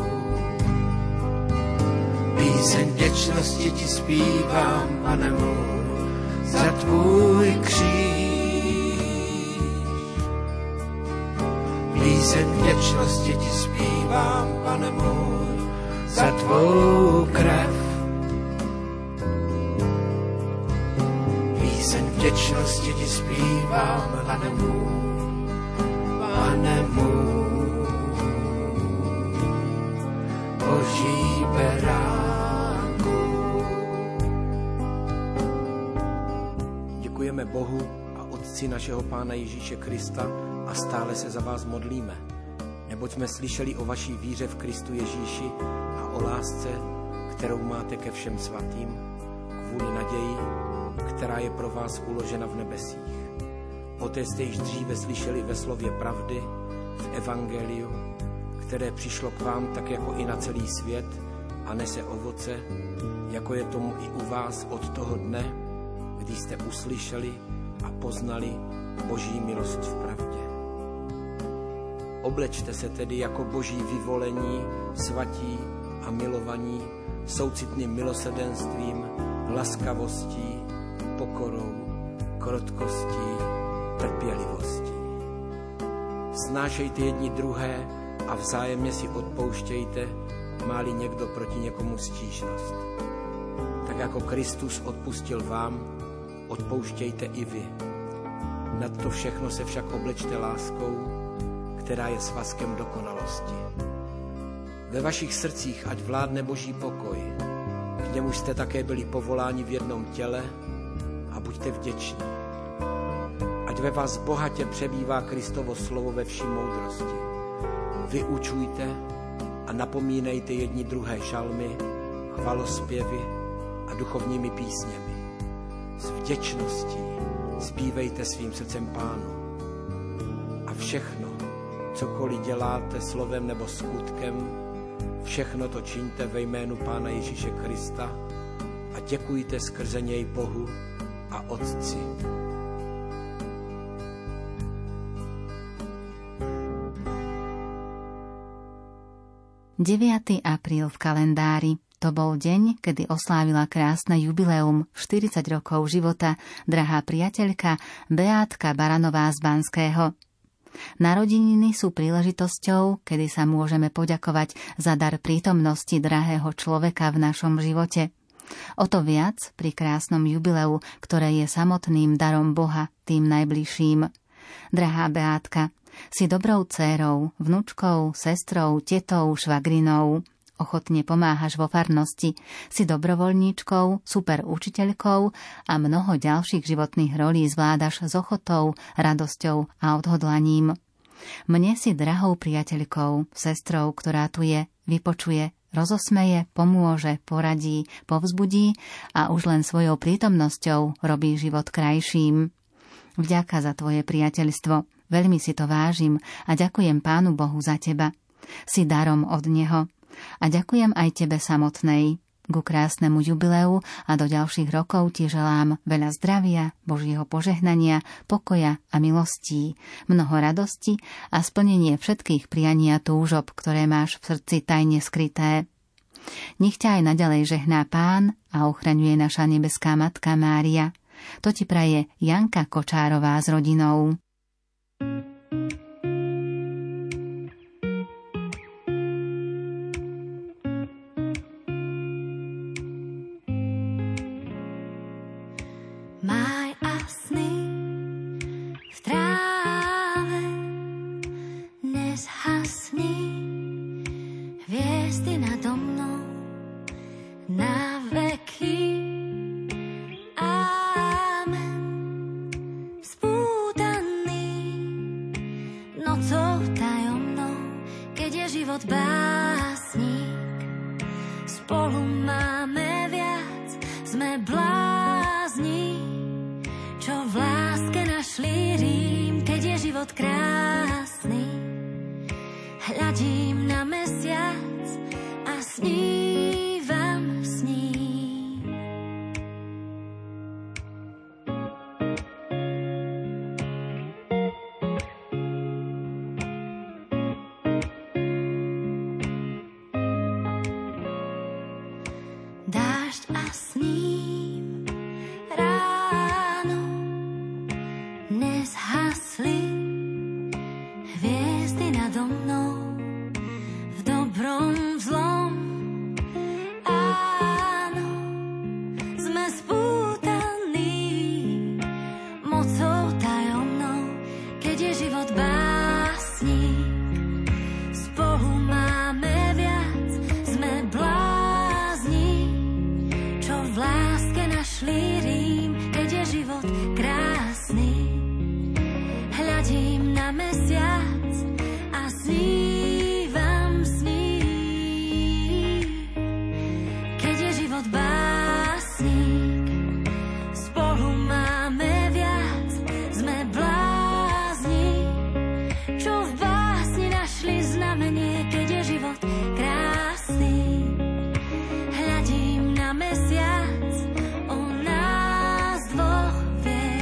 Píseň vděčnosti ti zpívám, Pane můj, za tvůj kříž. Píseň vděčnosti ti zpívám, Pane můj, za tvou krev. Píseň vděčnosti ti zpívám, Pane můj, Pane můj, Boží beránku. Děkujeme Bohu a Otci našeho Pána Ježíše Krista a stále se za vás modlíme, neboť jsme slyšeli o vaší víře v Kristu Ježíši a o lásce, kterou máte ke všem svatým, kvůli naději, která je pro vás uložena v nebesích. O té jste již dříve slyšeli ve slově pravdy, v evangeliu, které přišlo k vám tak jako i na celý svět a nese ovoce, jako je tomu i u vás od toho dne, kdy jste uslyšeli a poznali Boží milost v pravdě. Oblečte se tedy jako Boží vyvolení, svatí a milovaní, soucitným milosrdenstvím, laskavostí, pokorou, krotkostí, trpělivostí. Snášejte jedni druhé a vzájemně si odpouštějte, má-li někdo proti někomu stížnost. Tak jako Kristus odpustil vám, odpouštějte i vy. Nad to všechno se však oblečte láskou, která je svazkem dokonalosti. Ve vašich srdcích ať vládne Boží pokoj, k němuž jste také byli povoláni v jednom těle, a buďte vděční. Ať ve vás bohatě přebývá Kristovo slovo ve vší moudrosti. Vyučujte a napomínejte jedni druhé žalmy, chvalospěvy a duchovními písněmi. S vděčností zpívejte svým srdcem Pánu. A všechno, cokoliv děláte slovem nebo skutkem, všechno to čiňte ve jménu Pána Ježíše Krista a děkujte skrze něj Bohu a Otci. deviateho apríla v kalendári. To bol deň, kedy oslávila krásne jubileum štyridsať rokov života drahá priateľka Beátka Baranová z Banského. Narodeniny sú príležitosťou, kedy sa môžeme poďakovať za dar prítomnosti drahého človeka v našom živote. O to viac pri krásnom jubileu, ktoré je samotným darom Boha tým najbližším. Drahá Beátka, si dobrou dcérou, vnučkou, sestrou, tetou, švagrinou. Ochotne pomáhaš vo farnosti, si dobrovoľníčkou, super učiteľkou a mnoho ďalších životných rolí zvládaš s ochotou, radosťou a odhodlaním. Mne si drahou priateľkou, sestrou, ktorá tu je, vypočuje, rozosmeje, pomôže, poradí, povzbudí a už len svojou prítomnosťou robí život krajším. Vďaka za tvoje priateľstvo, veľmi si to vážim a ďakujem Pánu Bohu za teba. Si darom od Neho. A ďakujem aj tebe samotnej. Ku krásnemu jubileu a do ďalších rokov ti želám veľa zdravia, Božieho požehnania, pokoja a milostí, mnoho radosti a splnenie všetkých prianí a túžob, ktoré máš v srdci tajne skryté. Nech ťa aj naďalej žehná Pán a ochraňuje naša nebeská Matka Mária. To ti praje Janka Kočárová s rodinou. Máj a sny v tráve nezhasni, hviezdy nado mnou na veky. Amen. Spútaný nocou tajomnou, keď je život básnik, spolu máme viac, sme blázni, čo v láske našli riek. krásny. Hľadím na mesiac a snívam s ním. Dážď a s ním ráno nezhasli hviezdy nado mnou, v dobrom, v zlom. Áno, sme spútaní mocou tajomnou, keď je život básnik. Spolu máme viac, sme blázni, čo v láske našli rím, keď je život krásny. Hľadím na mesiac a snívam s ním. Keď je život básnik, spolu máme viac, sme blázni, čo v básni našli znamenie, keď je život krásny. Hľadím na mesiac, on nás dvoch vie.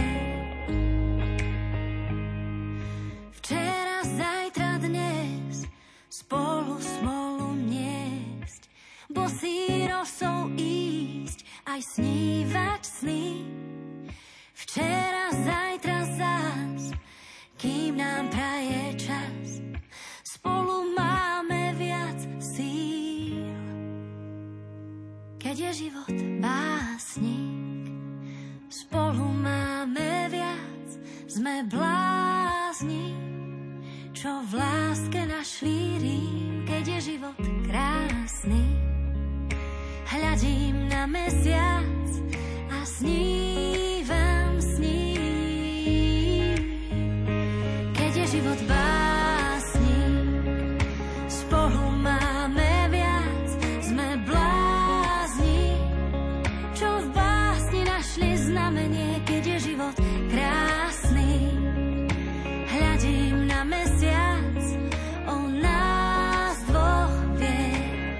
Včera, zajtra, dnes spolu smolu niesť, bosý rosou ísť, aj snívať sny. Včera, zajtra zás, kým nám praje čas, spolu máme viac síl. Keď je život básnik, spolu máme viac, sme blázni, čo v láske našli rím, keď je život krásny. Hľadím na mesiac a snívam s ním. Keď je život básnik, spolu máme viac, sme blázni, čo v básni našli znamenie, keď je život krásny. Hľadím na mesiac, on nás dvoch vie.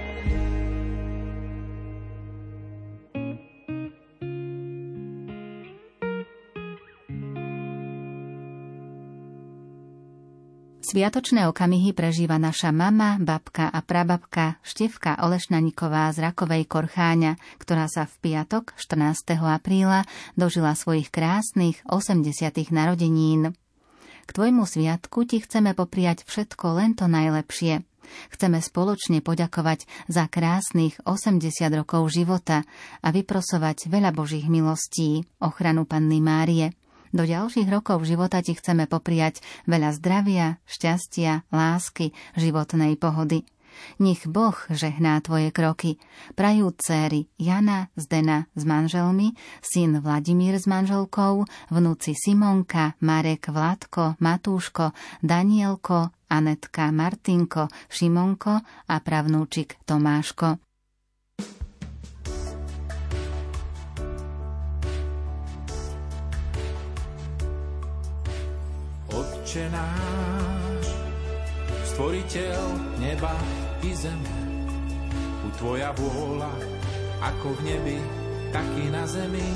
Sviatočné okamihy prežíva naša mama, babka a prababka Štefka Olešnaníková z Rakovej Korcháňa, ktorá sa v piatok štrnásteho apríla dožila svojich krásnych osemdesiatych narodenín. K tvojmu sviatku ti chceme popriať všetko len to najlepšie. Chceme spoločne poďakovať za krásnych osemdesiat rokov života a vyprosovať veľa Božích milostí, ochranu Panny Márie. Do ďalších rokov života ti chceme popriať veľa zdravia, šťastia, lásky, životnej pohody. Nech Boh žehná tvoje kroky. Prajú dcéry Jana, Zdena s manželmi, syn Vladimír s manželkou, vnúci Simonka, Marek, Vladko, Matúško, Danielko, Anetka, Martinko, Šimonko a pravnúčik Tomáško. Otče náš, stvoriteľ neba i zeme, u tvoja vôľa, ako v nebi, tak i na zemi.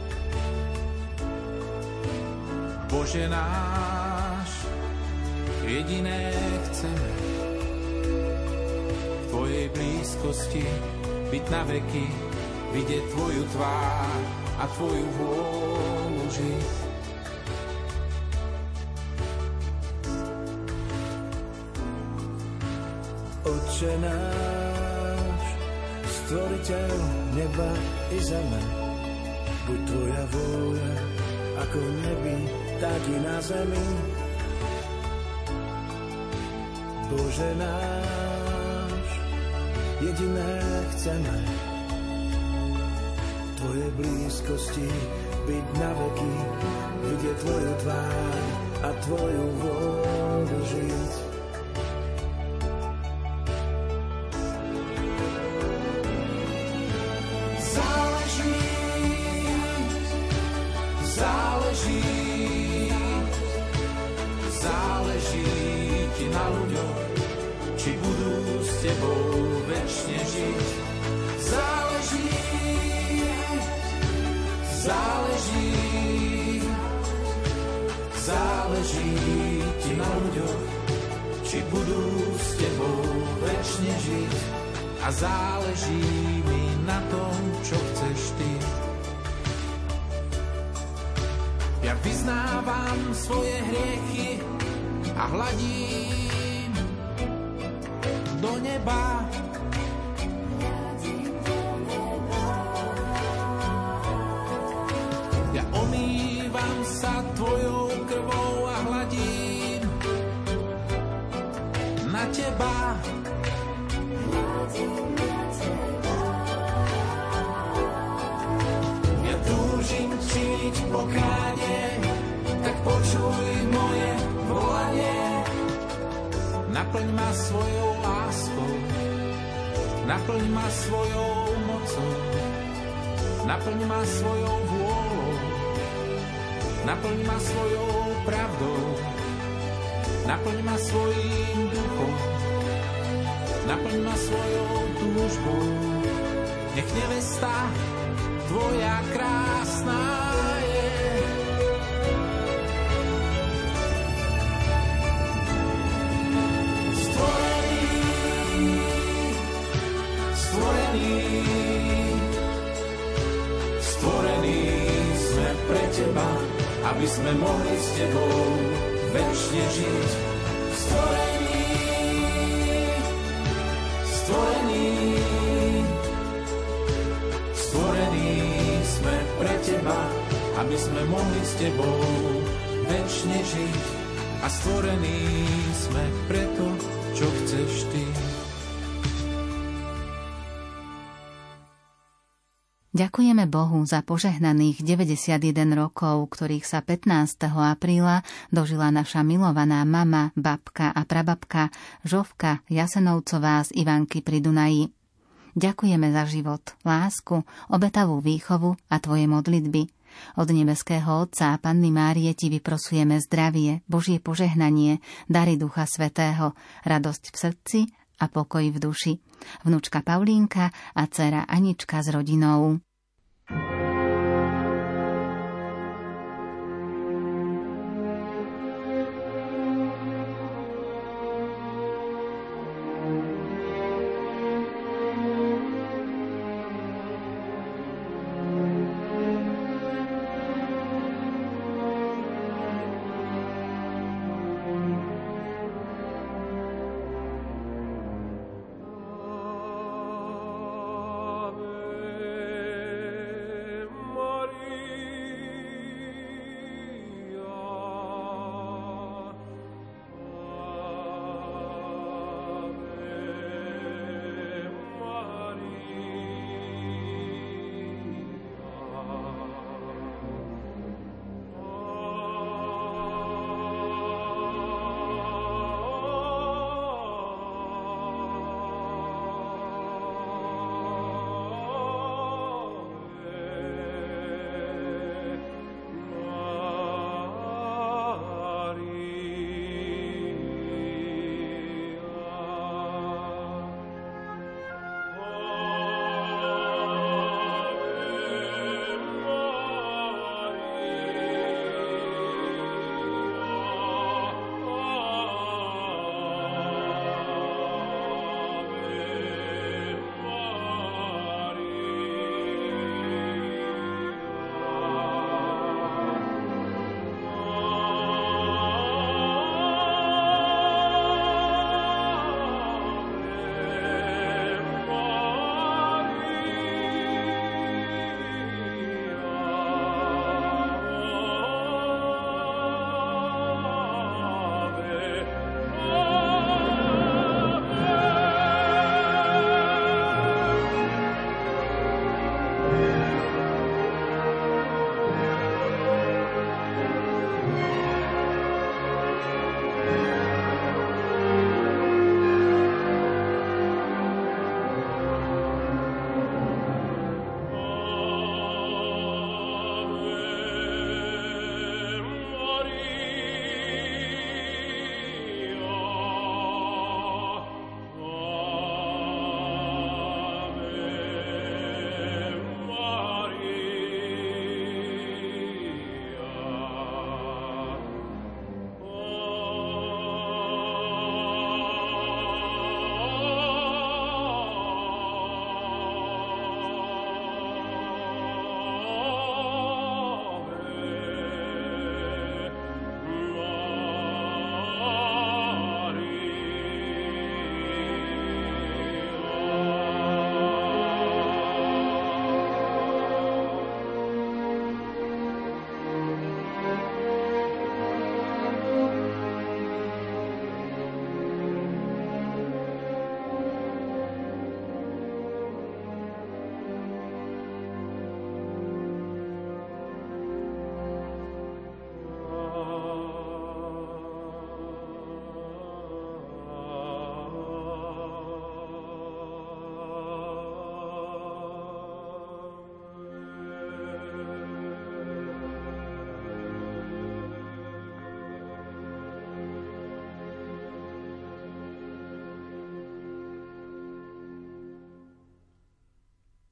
Bože náš, jediné chceme, v tvojej blízkosti byť na veky, vidieť tvoju tvár a tvoju vôľu žiť. Otče náš, stvoriteľ neba i zeme, buď tvoja vôľa, ako v nebi, tak i na zemi. Bože náš, jediné chceme, v tvojej blízkosti byť na veky, vidieť tvoju tvár a tvoju vôľu žiť. Záleží, záleží, záleží ti na ľuďoch, či budú s tebou večne žiť. Záleží, záleží, záleží ti na ľuďoch, či budú s tebou večne žiť. A záleží mi na tom, čo chceš ty. Ja vyznávam svoje hriechy a hladím do neba. Ja omývam sa tvojou krvou a hladím na teba. Ja túžim činiť pokánie, tak počuj moje volanie. Naplň ma svojou láskou, naplň ma svojou mocou, naplň ma svojou vôľou, naplň ma svojou pravdou, naplň ma svojím duchom, naplň ma svojou túžbou. Nech nevesta tvoja krásna je. Stvorený, stvorený, stvorený sme pre teba, aby sme mohli s tebou večne žiť. Stvorený, stvorený, stvorení sme pre teba, aby sme mohli s tebou večne žiť. A stvorení sme pre to, čo chceš ty. Ďakujeme Bohu za požehnaných deväťdesiatjeden rokov, ktorých sa pätnásteho apríla dožila naša milovaná mama, babka a prababka Žofka Jasenovcová z Ivanky pri Dunaji. Ďakujeme za život, lásku, obetavú výchovu a tvoje modlitby. Od nebeského Otca a Panny Márie ti vyprosujeme zdravie, Božie požehnanie, dary Ducha Svätého, radosť v srdci a pokoj v duši. Vnučka Paulínka a dcéra Anička s rodinou. Amen.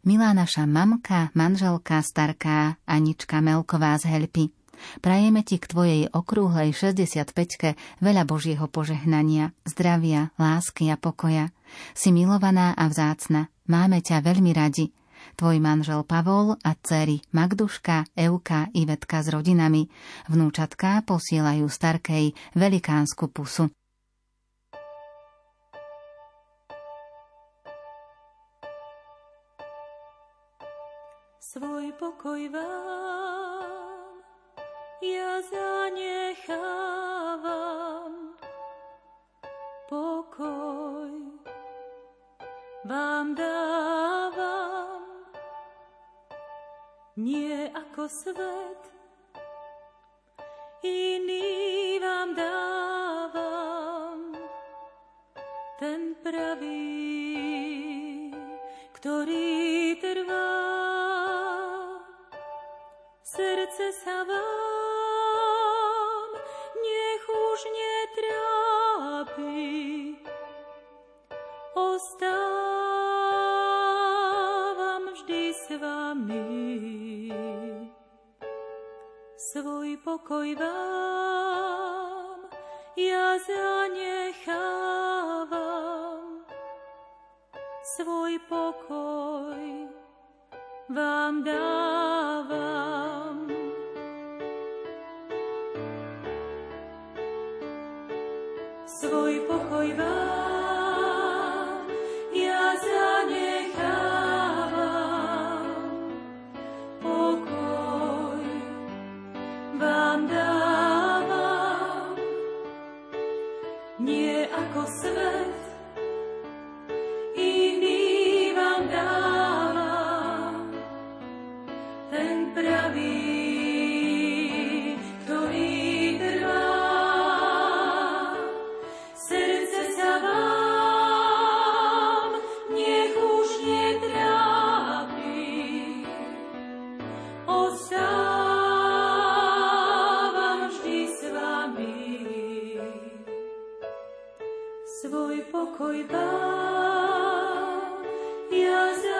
Milá naša mamka, manželka, starká Anička Melková z Helpy, prajeme ti k tvojej okrúhlej šesťdesiatpäťke veľa Božieho požehnania, zdravia, lásky a pokoja. Si milovaná a vzácna, máme ťa veľmi radi. Tvoj manžel Pavol a dcery Magduška, Euka, Ivetka s rodinami. Vnúčatká posielajú starkej velikánsku pusu. Svoj pokoj vám ja zanechávam, pokoj vám dávam, nie ako svet, iný vám dávam, ten pravý, ktorý trvá. Srdce sa vám nech už netrápi, ostávam vždy s vami. Svoj pokoj vám ja zanechávam, svoj pokoj vám dávam. Svoj pokoj vám ja zanechávam, pokoj vám dávam, nie ako svet, iný vám dávam, ten pravý, ktorý trvá. Srdce sa vám nech už netrápi, ostávam vždy s vami. Svoj pokoj vám ja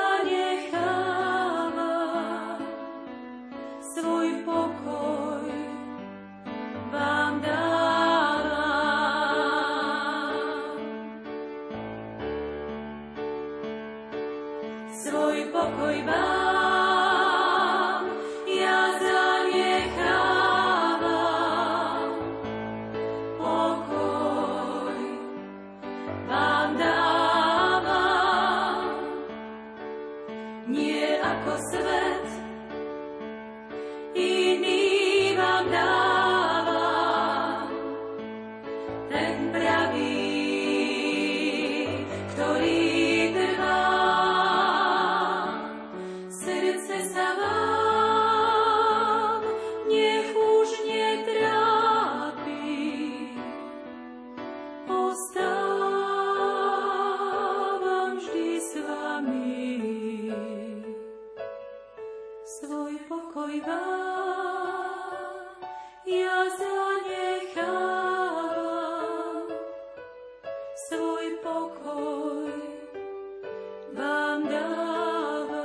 zanechávam, svoj pokoj vám dávam. Svoj pokoj vám ja zanechávam, pokoj vám dávam, nie ako svet, iný vám dávam, ten pravý, ktorý trvá. Srdce sa vám nech už netrápi, ostávam vždy s vami. Svoj pokoj vám ja zanechávam, svoj pokoj vám dávam.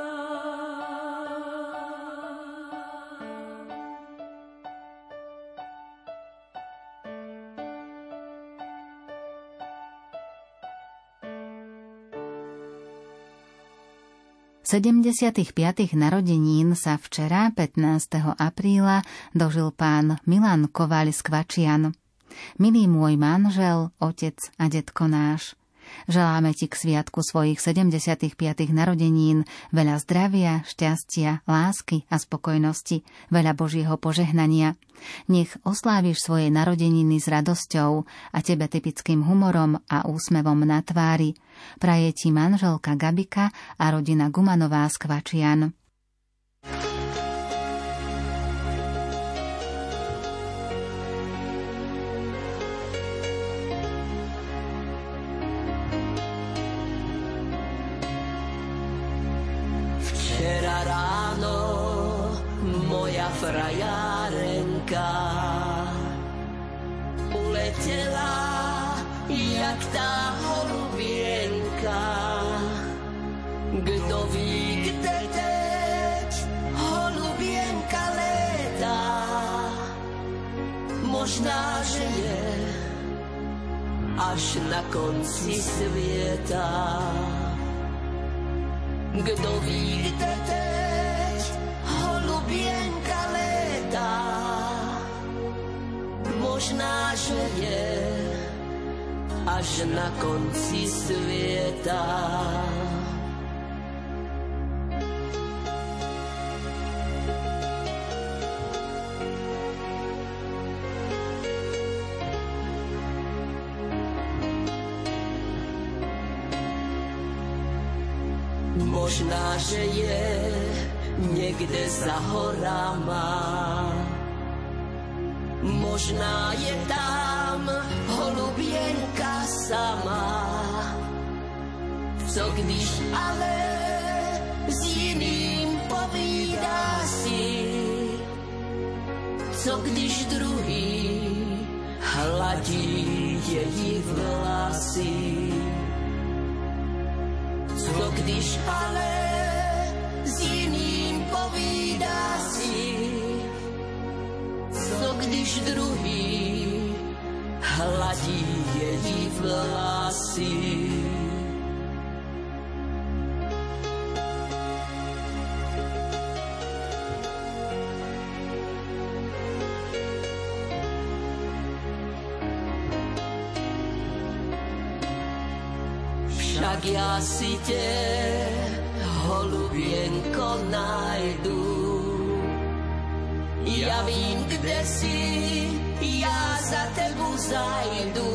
sedemdesiatych piatych narodenín sa včera, pätnásteho apríla, dožil pán Milan Kovaľ z Kvačian. Milý môj manžel, otec a detko náš, želáme ti k sviatku svojich sedemdesiatych piatych narodenín veľa zdravia, šťastia, lásky a spokojnosti, veľa Božieho požehnania. Nech osláviš svoje narodeniny s radosťou a tebe typickým humorom a úsmevom na tvári. Praje ti manželka Gabika a rodina Gumanová z Kvačian. Včera ráno moja frajárenka uletela jak tá holubienka. Kto ví, kde možná, že je až na konci světa. Kdo ví, kde teď holuběnka létá, možná, že je až na konci světa. Možná, že je někde za horama, možná je tam holuběnka sama. Co když ale s jiným povídá si, co když druhý hladí její vlasy. Co když ale s jiným povídá si, co když druhý hladí její vlasy. Však já si tě, holuběnko, najdu. Já vím, kde jsi, já za tebu zajdu.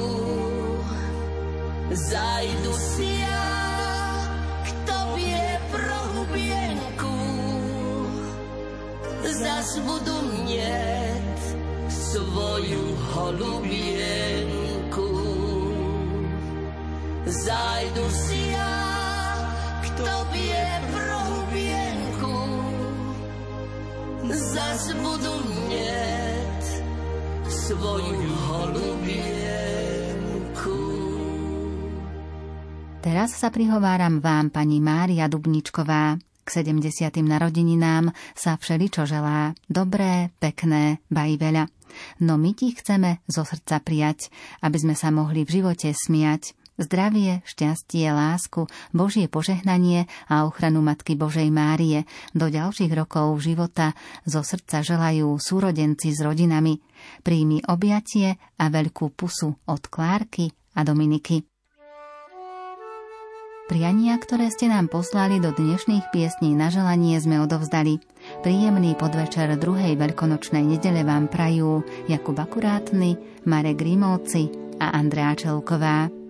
Zajdu si já k tobě pro huběnku. Zas budu mít svoju holuběnku. Zajdu si já k tobě pro huběnku, zas budu mít svoju holuběnku. Teraz sa prihováram vám, pani Mária Dubničková. K sedemdesiatym narodeninám sa všeličo želá. Dobré, pekné, ba i veľa. No my ti chceme zo srdca prijať, aby sme sa mohli v živote smiať. Zdravie, šťastie, lásku, Božie požehnanie a ochranu Matky Božej Márie do ďalších rokov života zo srdca želajú súrodenci s rodinami. Príjmi objatie a veľkú pusu od Klárky a Dominiky. Priania, ktoré ste nám poslali do dnešných piesní na želanie, sme odovzdali. Príjemný podvečer druhej veľkonočnej nedele vám prajú Jakub Akurátny, Marek Grimovci a Andrea Čelková.